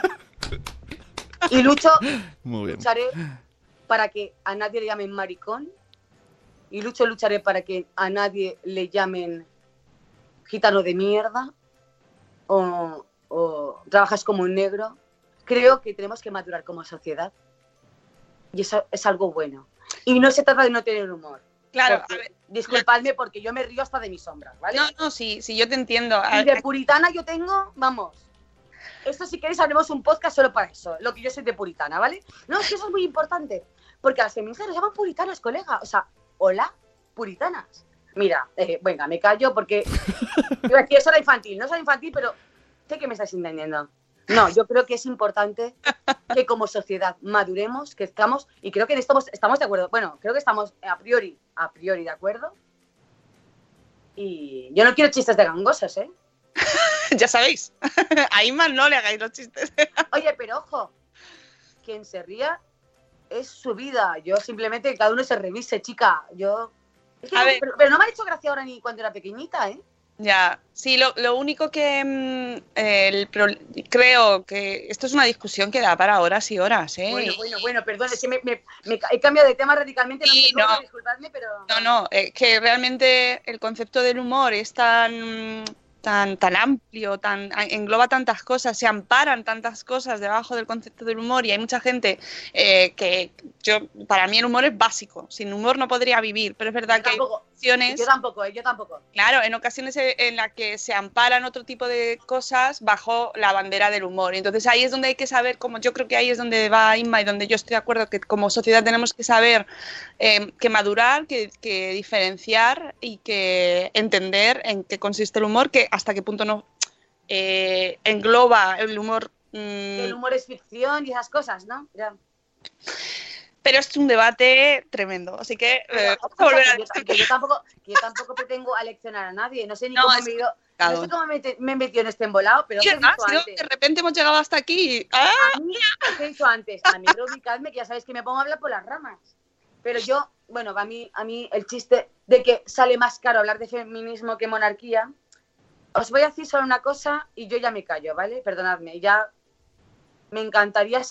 Y lucharé para que a nadie le llamen maricón y lucharé para que a nadie le llamen gitano de mierda o trabajas como un negro. Creo que tenemos que madurar como sociedad y eso es algo bueno. Y no se trata de no tener humor. Claro, porque, a ver, disculpadme porque yo me río hasta de mis sombras, ¿vale? No, sí, yo te entiendo. Y de puritana yo tengo, vamos, esto si queréis haremos un podcast solo para eso, lo que yo soy de puritana, ¿vale? No, es que eso es muy importante, porque a las feministas nos llaman puritanas, colega, o sea, hola, puritanas. Mira, venga, me callo porque iba a decir, eso era infantil, no soy infantil, pero sé que me estáis entendiendo. No, yo creo que es importante que como sociedad maduremos, que estamos, y creo que estamos de acuerdo. Bueno, creo que estamos a priori de acuerdo. Y yo no quiero chistes de gangosos, ¿eh? Ya sabéis, a Inma no le hagáis los chistes. Oye, pero ojo, quien se ría es su vida. Yo simplemente que cada uno se revise, chica. Es que pero no me ha hecho gracia ahora ni cuando era pequeñita, ¿eh? Ya, sí, lo único que creo que esto es una discusión que da para horas y horas, ¿eh? Bueno, perdón, es que me he cambiado de tema radicalmente, sí, no, disculpadme, pero... No, que realmente el concepto del humor es tan amplio, engloba tantas cosas, se amparan tantas cosas debajo del concepto del humor y hay mucha gente que para mí el humor es básico, sin humor no podría vivir, pero es verdad que hay ocasiones... Yo tampoco. Claro, en ocasiones en las que se amparan otro tipo de cosas bajo la bandera del humor, entonces ahí es donde hay que saber, como yo creo que ahí es donde va Inma y donde yo estoy de acuerdo que como sociedad tenemos que saber que madurar, que diferenciar y que entender en qué consiste el humor, que hasta qué punto no engloba el humor. El humor es ficción y esas cosas, ¿no? Ya. Pero es un debate tremendo, así que vamos a volver a que yo tampoco pretengo aleccionar a nadie, no sé ni cómo me he metido en este embolado, pero ¿qué he dicho antes? De repente hemos llegado hasta aquí. A mí, ¿qué he dicho antes? A mí reubicadme, que ya sabéis que me pongo a hablar por las ramas. Pero yo, bueno, a mí el chiste de que sale más caro hablar de feminismo que monarquía, os voy a decir solo una cosa y yo ya me callo, ¿vale? Perdonadme, ya me encantaría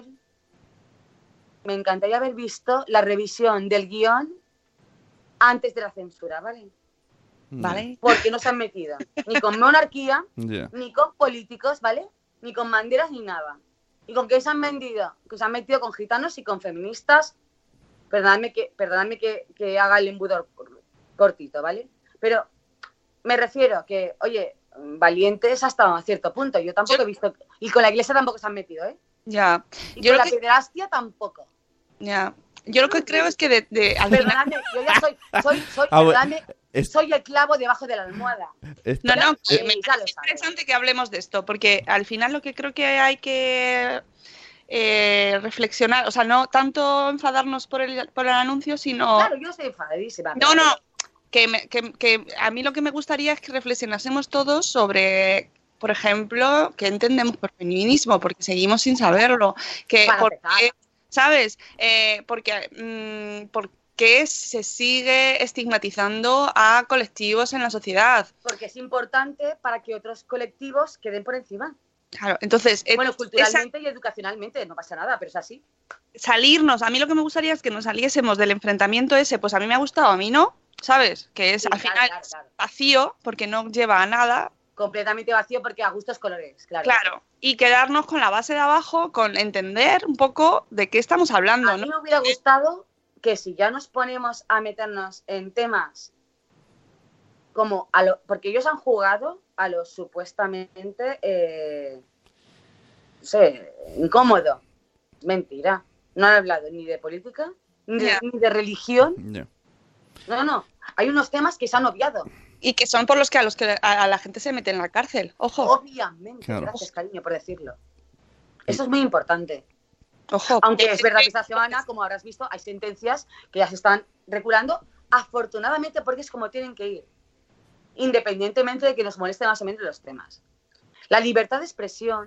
haber visto la revisión del guión antes de la censura, ¿vale? ¿Vale? Porque no se han metido ni con monarquía, ni con políticos, ¿vale? Ni con banderas ni nada. ¿Y con qué se han metido? Que se han metido con gitanos y con feministas. Perdonadme que haga el embudo cortito, ¿ale? Pero me refiero que, oye, valientes hasta cierto punto. Yo tampoco he visto... Y con la iglesia tampoco se han metido, ¿eh? Ya. Y con la pederastia tampoco. Ya. Yo lo que creo es que perdonadme, yo ya soy el clavo debajo de la almohada. Me parece interesante que hablemos de esto, porque al final lo que creo que hay que reflexionar, o sea, no tanto enfadarnos por el anuncio, sino... Claro, yo estoy enfadadísima. No, que a mí lo que me gustaría es que reflexionásemos todos sobre, por ejemplo, qué entendemos por feminismo, porque seguimos sin saberlo, ¿sabes? ¿Por qué se sigue estigmatizando a colectivos en la sociedad? Porque es importante para que otros colectivos queden por encima. Claro, entonces... Bueno, culturalmente y educacionalmente, no pasa nada, pero es así. Salirnos, a mí lo que me gustaría es que nos saliésemos del enfrentamiento ese, pues a mí me ha gustado, a mí no, ¿sabes? Que es al final vacío, porque no lleva a nada. Completamente vacío porque a gustos colores, claro. Claro, y quedarnos con la base de abajo, con entender un poco de qué estamos hablando. A mí me hubiera gustado que si ya nos ponemos a meternos en temas como porque ellos han jugado a lo supuestamente no sé, incómodo. Mentira. No han hablado ni de política, ni de religión. No. Hay unos temas que se han obviado. Y que son por los que a la gente se mete en la cárcel. Ojo. Obviamente, claro. Gracias, cariño, por decirlo. Eso es muy importante. Ojo. Aunque es verdad que esta semana, como habrás visto, hay sentencias que ya se están reculando, afortunadamente, porque es como tienen que ir, independientemente de que nos moleste más o menos los temas. La libertad de expresión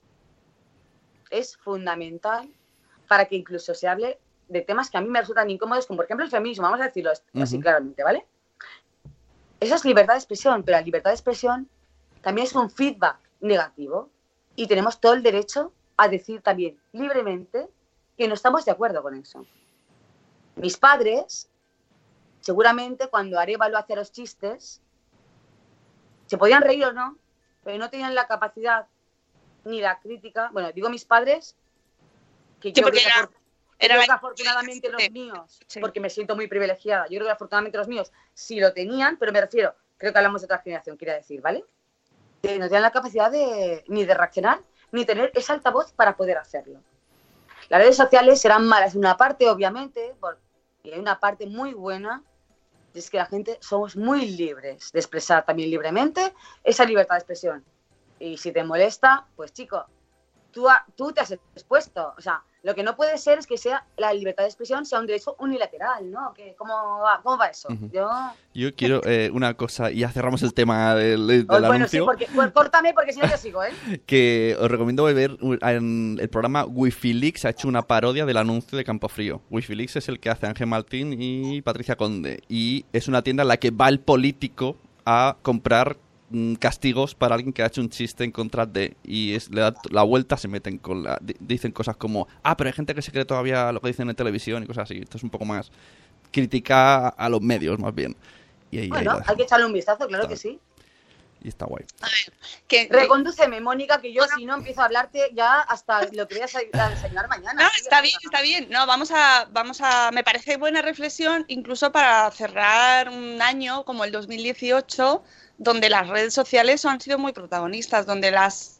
es fundamental para que incluso se hable de temas que a mí me resultan incómodos, como por ejemplo el feminismo, vamos a decirlo así claramente, ¿vale? Eso es libertad de expresión, pero la libertad de expresión también es un feedback negativo y tenemos todo el derecho a decir también libremente que no estamos de acuerdo con eso. Mis padres, seguramente cuando Arévalo hacía los chistes, se podían reír o no, pero no tenían la capacidad ni la crítica. Bueno, digo mis padres, que yo creo que afortunadamente los míos, porque me siento muy privilegiada, yo creo que afortunadamente los míos sí lo tenían, pero me refiero, creo que hablamos de otra generación, quería decir, ¿vale? Que no tenían la capacidad ni de reaccionar, ni tener ese altavoz para poder hacerlo. Las redes sociales serán malas en una parte, obviamente, y hay una parte muy buena, es que la gente somos muy libres de expresar también libremente esa libertad de expresión. Y si te molesta, pues chico, tú te has expuesto. O sea, lo que no puede ser es que sea la libertad de expresión sea un derecho unilateral, ¿no? ¿Cómo va eso? Yo quiero una cosa, y ya cerramos el tema del anuncio. Sí, córtame porque si no te sigo, ¿eh? Que os recomiendo ver en el programa Wikileaks, ha hecho una parodia del anuncio de Campofrío. Wikileaks es el que hace Ángel Martín y Patricia Conde. Y es una tienda en la que va el político a comprar castigos para alguien que ha hecho un chiste en contra de, y le da la vuelta, se meten dicen cosas como, pero hay gente que se cree todavía lo que dicen en televisión y cosas así. Esto es un poco más crítica a los medios, más bien. Y ahí hay que echarle un vistazo, claro que sí. Y está guay. A ver, recondúceme, Mónica, que yo si no empiezo a hablarte ya hasta lo que voy a desayunar mañana. No, está bien. No, vamos a. Me parece buena reflexión, incluso para cerrar un año como el 2018, donde las redes sociales han sido muy protagonistas, donde las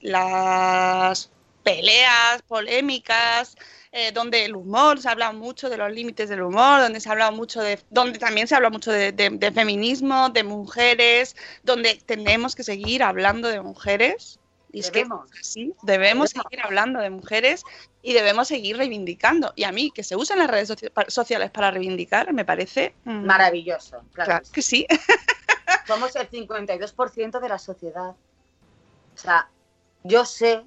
peleas polémicas, donde el humor, se habla mucho de los límites del humor, donde también se habla mucho de feminismo, de mujeres, donde tenemos que seguir hablando de mujeres. Y debemos seguir hablando de mujeres y debemos seguir reivindicando. Y a mí, que se usen las redes sociales para reivindicar, me parece maravilloso. Claro que sí. Somos el 52% de la sociedad. O sea, yo sé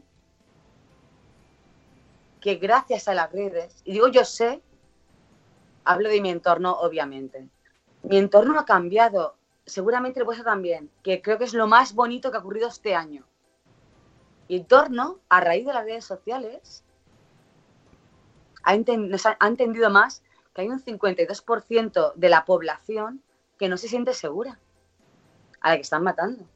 que gracias a las redes, y digo yo sé, hablo de mi entorno, obviamente. Mi entorno ha cambiado, seguramente el vuestro también, que creo que es lo más bonito que ha ocurrido este año. Mi entorno, a raíz de las redes sociales, ha entendido más que hay un 52% de la población que no se siente segura, a la que están matando.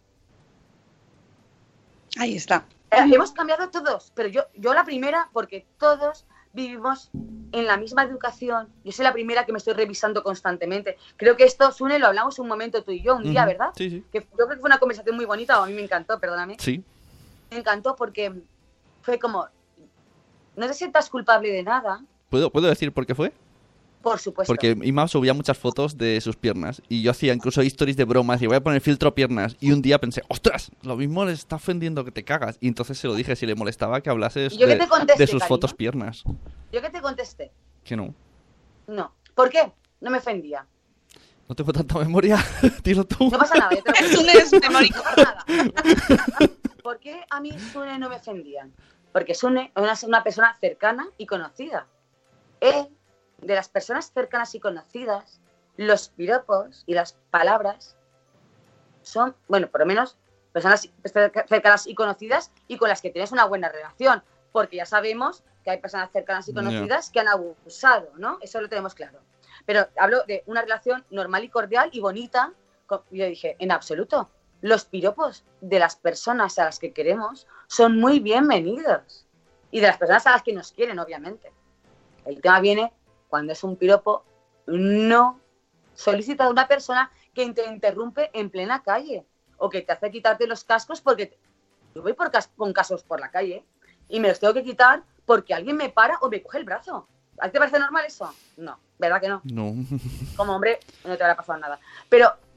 Ahí está. Hemos cambiado todos, pero yo la primera, porque todos vivimos en la misma educación. Yo soy la primera que me estoy revisando constantemente. Creo que esto, Sune, lo hablamos un momento tú y yo, un día, ¿verdad? Sí. Que yo creo que fue una conversación muy bonita, a mí me encantó, perdóname. Sí. Me encantó porque fue como, no te sientas culpable de nada. ¿Puedo decir por qué fue? Por supuesto. Porque Ima subía muchas fotos de sus piernas y yo hacía incluso stories de bromas y voy a poner filtro piernas, y un día pensé, ¡ostras! Lo mismo le está ofendiendo que te cagas, y entonces se lo dije si le molestaba que hablases de sus fotos piernas. ¿Yo qué te contesté? Que no. No. ¿Por qué? No me ofendía. No tengo tanta memoria. Dilo tú. No pasa nada. Sune es memórico. ¿Por qué a mí Sune no me ofendían? Porque Sune es una persona cercana y conocida. Él, de las personas cercanas y conocidas, los piropos y las palabras son, bueno, por lo menos personas cercanas y conocidas y con las que tienes una buena relación, porque ya sabemos que hay personas cercanas y conocidas que han abusado, ¿no? Eso lo tenemos claro. Pero hablo de una relación normal y cordial y bonita. Yo dije, en absoluto, los piropos de las personas a las que queremos son muy bienvenidos. Y de las personas a las que nos quieren, obviamente. El tema viene cuando es un piropo no solicita de una persona que te interrumpe en plena calle o que te hace quitarte los cascos porque yo voy con cascos por la calle y me los tengo que quitar porque alguien me para o me coge el brazo. ¿A ti te parece normal eso? No, ¿verdad que no? No. Como hombre no te habrá pasado nada. Pero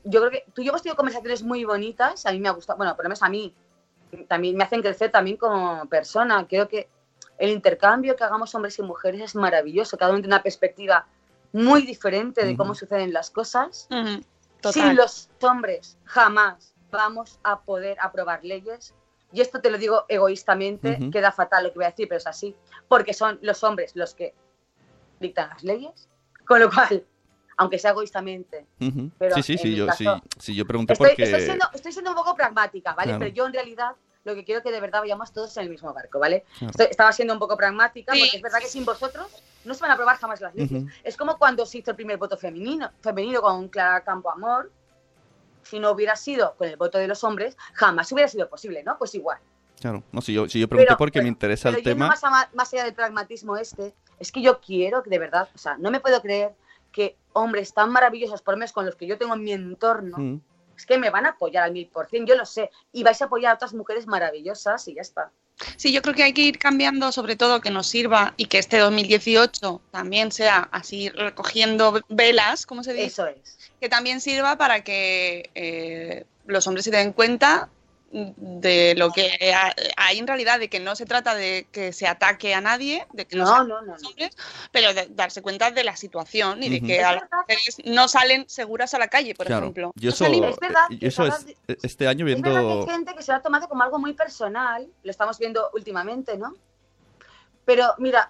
yo creo que tú y yo hemos tenido conversaciones muy bonitas, a mí me ha gustado, bueno, por lo menos a mí, también me hacen crecer también como persona. Creo que el intercambio que hagamos hombres y mujeres es maravilloso, cada uno tiene una perspectiva muy diferente de cómo suceden las cosas. Sin los hombres jamás vamos a poder aprobar leyes, y esto te lo digo egoístamente, queda fatal lo que voy a decir, pero es así, porque son los hombres los que dictan las leyes, con lo cual, aunque sea egoístamente, pero yo pregunté porque... Estoy siendo un poco pragmática, ¿vale? Claro. Pero yo en realidad lo que quiero es que de verdad vayamos todos en el mismo barco, ¿vale? Claro. Estaba siendo un poco pragmática, porque es verdad que sin vosotros no se van a aprobar jamás las leyes. Es como cuando se hizo el primer voto femenino con Clara Campoamor. Si no hubiera sido con el voto de los hombres, jamás hubiera sido posible, ¿no? Pues igual. Claro, no, si yo pregunté porque me interesa el tema. Más allá del pragmatismo es que yo quiero que de verdad, o sea, no me puedo creer que hombres tan maravillosos, por lo menos con los que yo tengo en mi entorno, es que me van a apoyar al 1000%, yo lo sé, y vais a apoyar a otras mujeres maravillosas y ya está. Sí, yo creo que hay que ir cambiando, sobre todo que nos sirva y que este 2018 también sea así recogiendo velas, como se dice. Eso es. Que también sirva para que los hombres se den cuenta de lo que hay en realidad, de que no se trata de que se ataque a nadie, de que no, los hombres, pero de darse cuenta de la situación y de que a las mujeres no salen seguras a la calle, por ejemplo. Yo este año viendo... Es verdad que hay gente que se lo ha tomado como algo muy personal, lo estamos viendo últimamente, ¿no? Pero mira,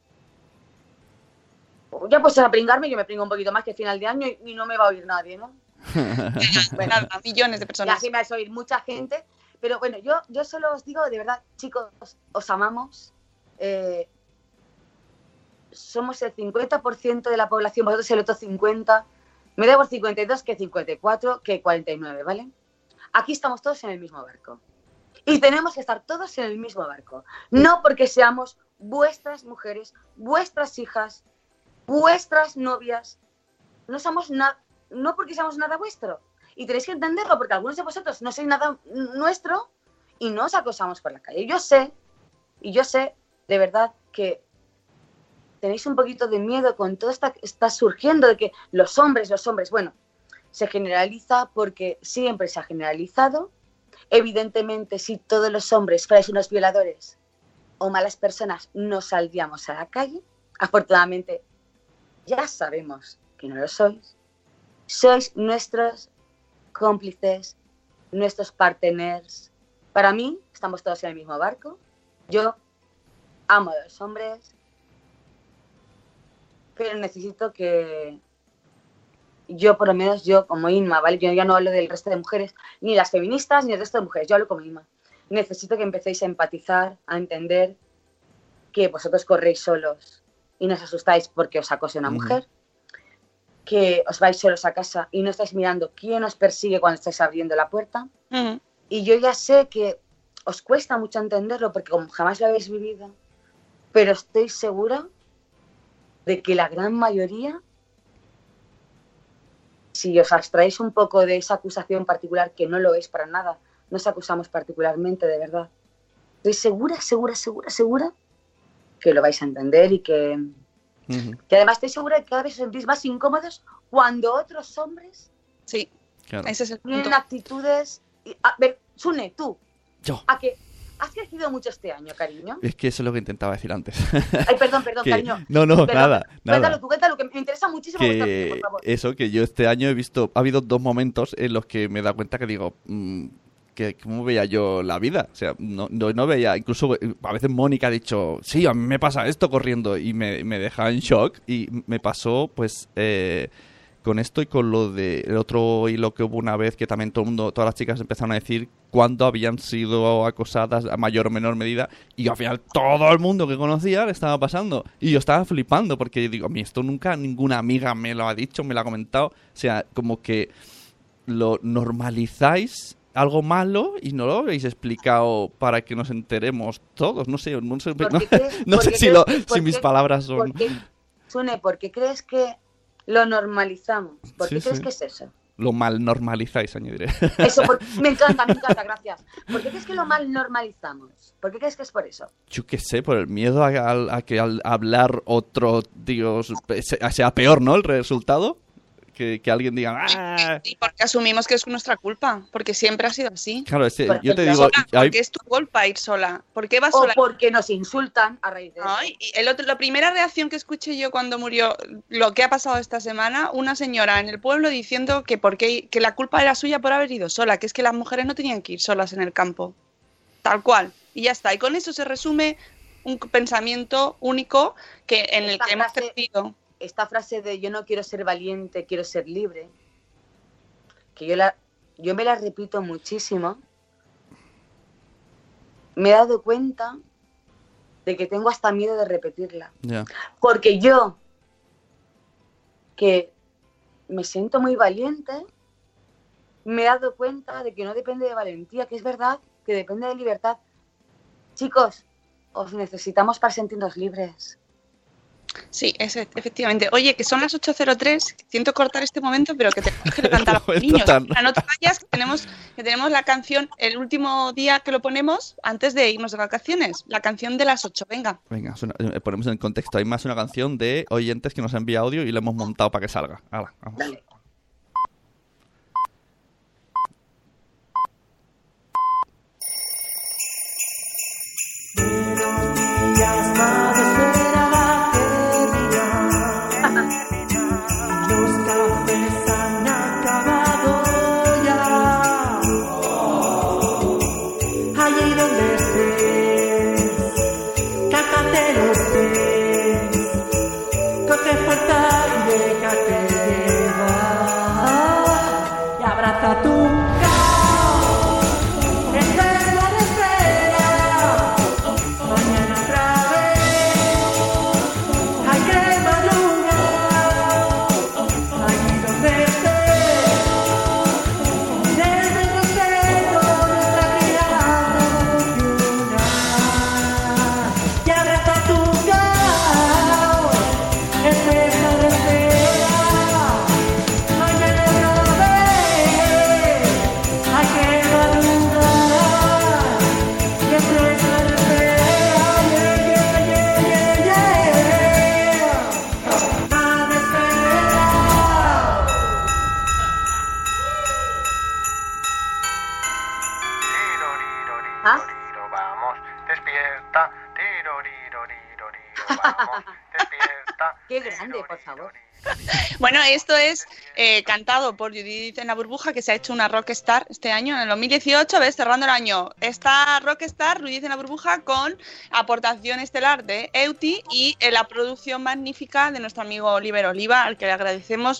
ya pues a pringarme, yo me pringo un poquito más que final de año y no me va a oír nadie, ¿no? Bueno, a millones de personas. Y así me va a oír mucha gente. Pero bueno, yo solo os digo, de verdad, chicos, os amamos. Somos el 50% de la población, vosotros el otro 50%. Me da por 52, que 54, que 49, ¿vale? Aquí estamos todos en el mismo barco. Y tenemos que estar todos en el mismo barco. No porque seamos vuestras mujeres, vuestras hijas, vuestras novias. No somos nada. No porque seamos nada vuestro. Y tenéis que entenderlo, porque algunos de vosotros no sois nada nuestro y no os acosamos por la calle. Yo sé, de verdad, que tenéis un poquito de miedo con todo esto que está surgiendo de que los hombres, bueno, se generaliza porque siempre se ha generalizado. Evidentemente, si todos los hombres fuerais unos violadores o malas personas, no saldríamos a la calle. Afortunadamente, ya sabemos que no lo sois. Sois nuestros cómplices, nuestros partners. Para mí, estamos todos en el mismo barco. Yo amo a los hombres, pero necesito que yo, por lo menos yo como Inma, ¿vale? Yo ya no hablo del resto de mujeres, ni las feministas, ni el resto de mujeres. Yo hablo como Inma. Necesito que empecéis a empatizar, a entender que vosotros corréis solos y no os asustáis porque os acose una mujer. Que os vais solos a casa y no estáis mirando quién os persigue cuando estáis abriendo la puerta. Y yo ya sé que os cuesta mucho entenderlo porque como jamás lo habéis vivido, pero estoy segura de que la gran mayoría, si os abstraéis un poco de esa acusación particular, que no lo es para nada, no os acusamos particularmente, de verdad, estoy segura que lo vais a entender y que además estoy segura de que cada vez os sentís más incómodos cuando otros hombres ese es el punto. tienen actitudes. A ver, Sune, tú, yo. ¿a qué? ¿Has crecido mucho este año, cariño? Es que eso es lo que intentaba decir antes. Ay, perdón, cariño. No, nada. Cuéntalo, que me interesa muchísimo vuestra opinión, por favor. Eso, que yo este año ha habido 2 momentos en los que me he dado cuenta que digo, que cómo veía yo la vida. O sea, no veía, incluso a veces Mónica ha dicho, sí, a mí me pasa esto corriendo, y me deja en shock, y me pasó, pues, con esto y con lo de el otro hilo que hubo una vez que también todas las chicas empezaron a decir cuándo habían sido acosadas a mayor o menor medida, y al final todo el mundo que conocía le estaba pasando, y yo estaba flipando porque digo, a mí esto nunca ninguna amiga me lo ha dicho, me lo ha comentado. O sea, como que lo normalizáis algo malo y no lo habéis explicado para que nos enteremos todos. No sé si mis palabras son... Sune, ¿por qué crees que lo normalizamos? ¿Por qué crees que es eso? Lo mal normalizáis, añadiré. Eso, me encanta, gracias. ¿Por qué crees que lo mal normalizamos? ¿Por qué crees que es por eso? Yo qué sé, por el miedo a que al hablar otro, Dios, sea peor, ¿no? El resultado. que alguien diga... ¡Ah! Y porque asumimos que es nuestra culpa, porque siempre ha sido así. Claro, yo te digo... Porque es tu culpa ir sola. ¿Por qué vas sola? O porque nos insultan a raíz de eso. Y la primera reacción que escuché yo cuando murió, lo que ha pasado esta semana, una señora en el pueblo diciendo que la culpa era suya por haber ido sola, que es que las mujeres no tenían que ir solas en el campo. Tal cual. Y ya está. Y con eso se resume un pensamiento único en el que hemos crecido. Esta frase de yo no quiero ser valiente, quiero ser libre, que yo me la repito muchísimo, me he dado cuenta de que tengo hasta miedo de repetirla. Yeah. Porque yo, que me siento muy valiente, me he dado cuenta de que no depende de valentía, que es verdad, que depende de libertad. Chicos, os necesitamos para sentirnos libres. Sí, efectivamente. Oye, que son las 8:03, siento cortar este momento, pero que tenemos que levantar a los niños. No te vayas, que tenemos la canción, el último día que lo ponemos, antes de irnos de vacaciones, la canción de las 8, venga. Venga, ponemos en contexto, hay más una canción de oyentes que nos envía audio y la hemos montado para que salga. Hala, vamos. Dale. Qué grande, por favor. Bueno, esto es cantado por Judith en la Burbuja, que se ha hecho una rockstar este año, en el 2018, ves, cerrando el año. Esta rockstar, Judith en la Burbuja, con aportación estelar de Euti y la producción magnífica de nuestro amigo Oliver Oliva, al que le agradecemos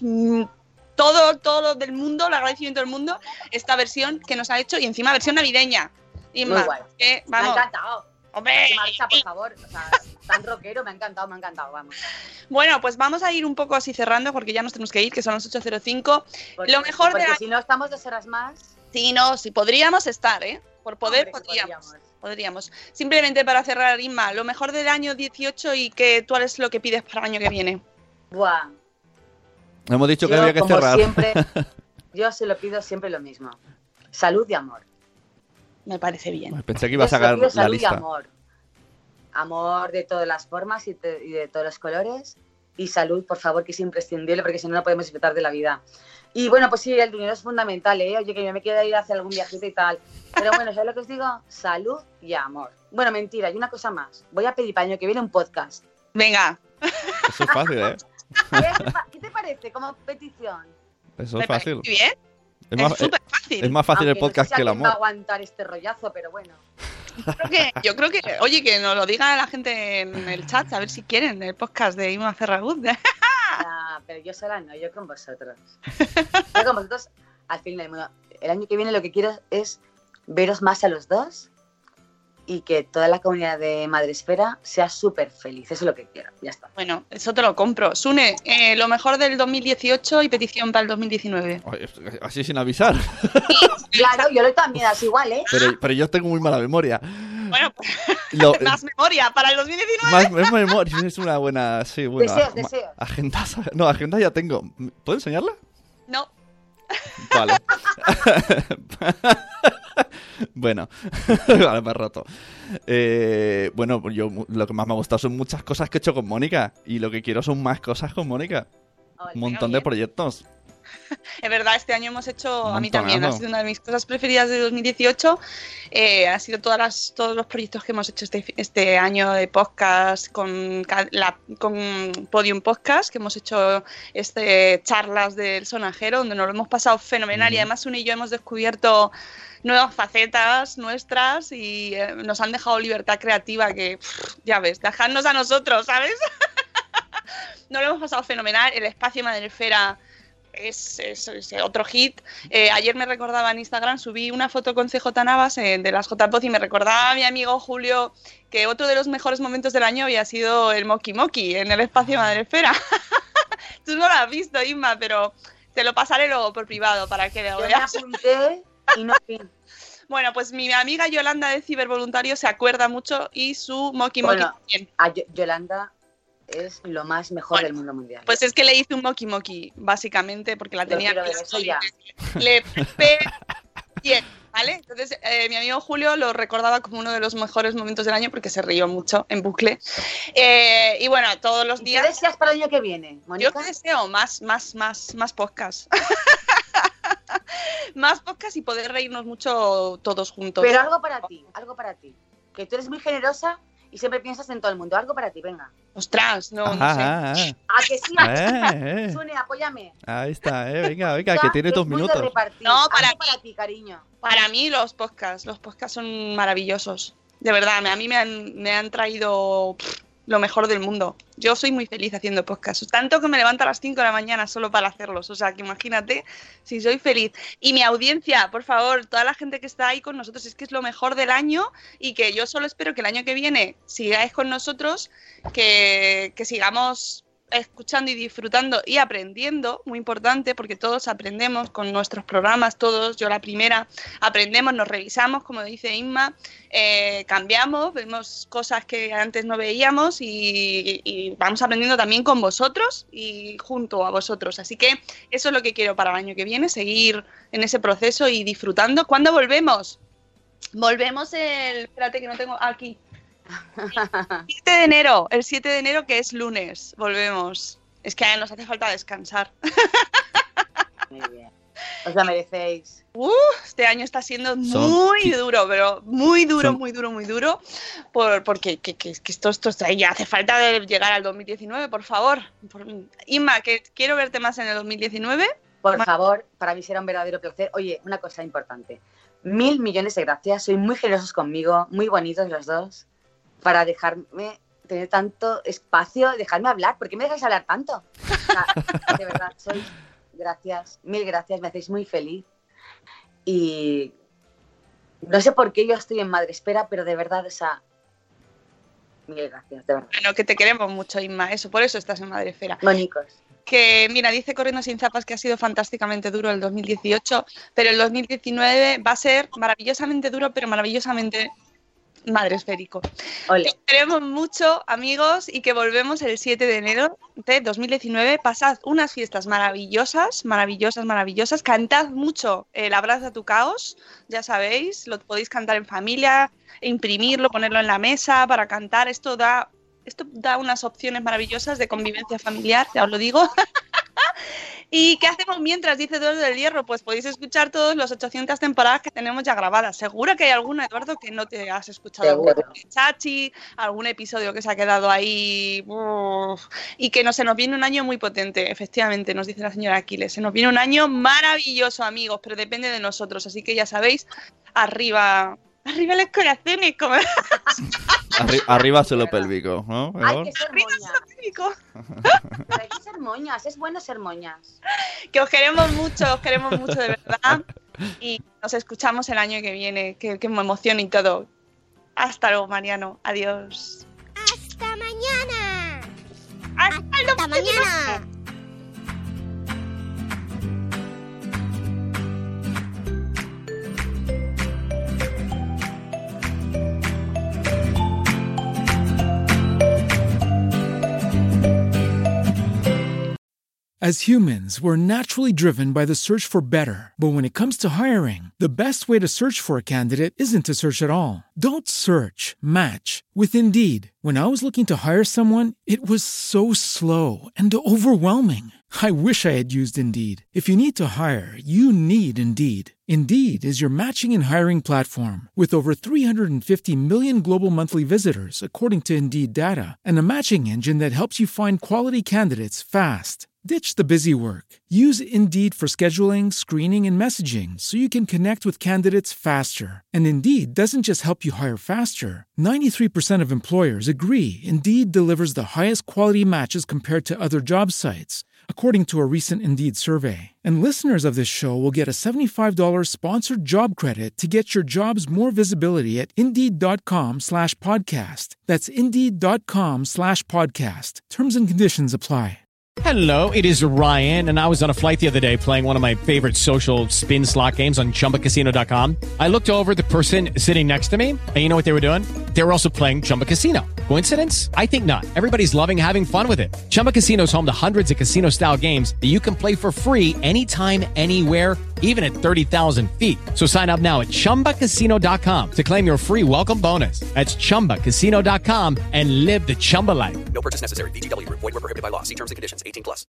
todo del mundo, el agradecimiento del mundo, esta versión que nos ha hecho, y encima versión navideña. Y muy más, guay. Vamos. Me ha encantado. ¡Hombre! Marcha, por favor. O sea, tan rockero, me ha encantado, vamos. Bueno, pues vamos a ir un poco así cerrando, porque ya nos tenemos que ir, que son las 8:05. Lo mejor porque si no estamos 2 horas más... Sí, no, si podríamos estar, ¿eh? Por poder, podríamos. Simplemente para cerrar, Inma, lo mejor del año 18 y ¿cuál es lo que pides para el año que viene? Buah. Hemos dicho que había que cerrar. Siempre, yo se lo pido siempre lo mismo. Salud y amor. Me parece bien. Pues pensé que iba a sacar la salud lista. Y amor. Amor de todas las formas y de todos los colores. Y salud, por favor, que es imprescindible, porque si no, no podemos disfrutar de la vida. Y bueno, pues sí, el dinero es fundamental, ¿eh? Oye, que yo me quiero ir a hacer algún viajito y tal. Pero bueno, ¿sabes lo que os digo? Salud y amor. Bueno, mentira, y una cosa más. Voy a pedir para el año que viene un podcast. Venga. Eso es fácil, ¿eh? ¿Qué te parece como petición? Eso es fácil. Muy bien. Es súper fácil. Es más fácil el podcast que el amor. Va a aguantar este rollazo, pero bueno. Yo creo que, oye, que nos lo diga la gente en el chat, a ver si quieren el podcast de Inma Ferragut. Pero yo sola no, yo con vosotros. Yo con vosotros al fin del mundo. El año que viene lo que quiero es veros más a los dos y que toda la comunidad de Madresfera sea súper feliz. Eso es lo que quiero, ya está. Bueno, eso te lo compro. Sune, lo mejor del 2018 y petición para el 2019. Así sin avisar. Claro, yo lo también, así igual, ¿eh? Pero yo tengo muy mala memoria. Bueno, pues, más memoria para el 2019. Más memoria, es una buena... Sí, bueno, deseos. Agendas, no, agendas ya tengo. ¿Puedo enseñarla? No. Vale. Bueno, vale, me he roto. Bueno, yo lo que más me ha gustado son muchas cosas que he hecho con Mónica. Y lo que quiero son más cosas con Mónica. Un montón de proyectos. Es verdad, este año hemos hecho, Un a mí también, ha montonazo. sido una de mis cosas preferidas de 2018. Ha sido todos los proyectos que hemos hecho este año de podcast con Podium Podcast, que hemos hecho charlas del sonajero, donde nos lo hemos pasado fenomenal y además Une y yo hemos descubierto nuevas facetas nuestras y nos han dejado libertad creativa que, ya ves, dejadnos a nosotros, ¿sabes? Nos lo hemos pasado fenomenal. El espacio Madresfera es otro hit. Ayer me recordaba en Instagram, subí una foto con CJ Navas de las JPod y me recordaba a mi amigo Julio que otro de los mejores momentos del año había sido el Moki Moki en el espacio Madresfera. Tú no lo has visto, Inma, pero te lo pasaré luego por privado para que lo veas. Yo me apunté y no vi. Bueno, pues mi amiga Yolanda de Cibervoluntario se acuerda mucho y su Moki Moki también. A Yolanda es lo más mejor del mundo mundial. Pues es que le hice un Moki Moki, básicamente, porque la tenía Pero de eso ya. Le preparé bien, ¿vale? Entonces, mi amigo Julio lo recordaba como uno de los mejores momentos del año porque se rió mucho en bucle. Y bueno, todos los días... ¿Qué deseas para el año que viene, Mónica? Yo deseo más podcast. Más podcast y poder reírnos mucho todos juntos. Pero algo para ti. Que tú eres muy generosa y siempre piensas en todo el mundo. Algo para ti, venga. Ostras, no sé. ¿A que sí? Sune, apóyame. Ahí está, venga, que tiene 2 minutos. No, para ti, cariño. Para mí los podcasts son maravillosos. De verdad, a mí me han traído lo mejor del mundo. Yo soy muy feliz haciendo podcasts. Tanto que me levanto a las 5 de la mañana solo para hacerlos. O sea, que imagínate si soy feliz. Y mi audiencia, por favor, toda la gente que está ahí con nosotros, es que es lo mejor del año y que yo solo espero que el año que viene sigáis con nosotros, que sigamos escuchando y disfrutando y aprendiendo, muy importante, porque todos aprendemos con nuestros programas, todos, yo la primera, aprendemos, nos revisamos, como dice Inma, cambiamos, vemos cosas que antes no veíamos y vamos aprendiendo también con vosotros y junto a vosotros. Así que eso es lo que quiero para el año que viene, seguir en ese proceso y disfrutando. ¿Cuándo volvemos? Volvemos espérate que no tengo aquí. El 7 de enero, que es lunes, volvemos. Es que nos hace falta descansar. Muy bien. Os la merecéis. Este año está siendo muy duro, pero muy duro, porque esto ya hace falta llegar al 2019, por favor. Inma, que quiero verte más en el 2019. Por favor, para mí será un verdadero placer. Oye, una cosa importante. 1.000 millones de gracias. Sois muy generosos conmigo, muy bonitos los dos, para dejarme tener tanto espacio, dejarme hablar. ¿Por qué me dejáis hablar tanto? O sea, de verdad, gracias, 1.000 gracias, me hacéis muy feliz. Y no sé por qué yo estoy en Madresfera, pero de verdad, o sea, 1.000 gracias, de verdad. Bueno, que te queremos mucho, Inma, por eso estás en Madresfera. Monicos. Que, mira, dice Corriendo Sin Zapas que ha sido fantásticamente duro el 2018, pero el 2019 va a ser maravillosamente duro, pero maravillosamente madresférico. Te queremos mucho, amigos, y que volvemos el 7 de enero de 2019. Pasad unas fiestas maravillosas. Cantad mucho el Abraza tu Caos, ya sabéis, lo podéis cantar en familia, imprimirlo, ponerlo en la mesa para cantar. Esto da unas opciones maravillosas de convivencia familiar, ya os lo digo. ¿Y qué hacemos mientras? Dice Eduardo del Hierro. Pues podéis escuchar todas las 800 temporadas que tenemos ya grabadas. Seguro que hay alguna, Eduardo, que no te has escuchado. Seguro. Chachi, algún episodio que se ha quedado ahí. Y que se nos viene un año muy potente, efectivamente, nos dice la señora Aquiles. Se nos viene un año maravilloso, amigos, pero depende de nosotros. Así que ya sabéis, arriba los corazones. Como... Arriba suelo pélvico, ¿no? Hay que ser moñas. Hay que ser moñas, es bueno ser moñas. Que os queremos mucho de verdad. Y nos escuchamos el año que viene, que me emociona y todo. Hasta luego, Mariano. Adiós. ¡Hasta mañana! ¡Hasta mañana! As humans, we're naturally driven by the search for better. But when it comes to hiring, the best way to search for a candidate isn't to search at all. Don't search, match with Indeed. When I was looking to hire someone, it was so slow and overwhelming. I wish I had used Indeed. If you need to hire, you need Indeed. Indeed is your matching and hiring platform with over 350 million global monthly visitors, according to Indeed data, and a matching engine that helps you find quality candidates fast. Ditch the busy work. Use Indeed for scheduling, screening, and messaging so you can connect with candidates faster. And Indeed doesn't just help you hire faster. 93% of employers agree Indeed delivers the highest quality matches compared to other job sites, according to a recent Indeed survey. And listeners of this show will get a $75 sponsored job credit to get your jobs more visibility at Indeed.com/podcast. That's Indeed.com/podcast. Terms and conditions apply. Hello, it is Ryan, and I was on a flight the other day playing one of my favorite social spin slot games on ChumbaCasino.com. I looked over at the person sitting next to me, and you know what they were doing? They were also playing Chumba Casino. Coincidence? I think not. Everybody's loving having fun with it. Chumba Casino is home to hundreds of casino-style games that you can play for free anytime, anywhere, even at 30,000 feet. So sign up now at ChumbaCasino.com to claim your free welcome bonus. That's ChumbaCasino.com and live the Chumba life. No purchase necessary. VGW. Void where prohibited by law. See terms and conditions. 18+.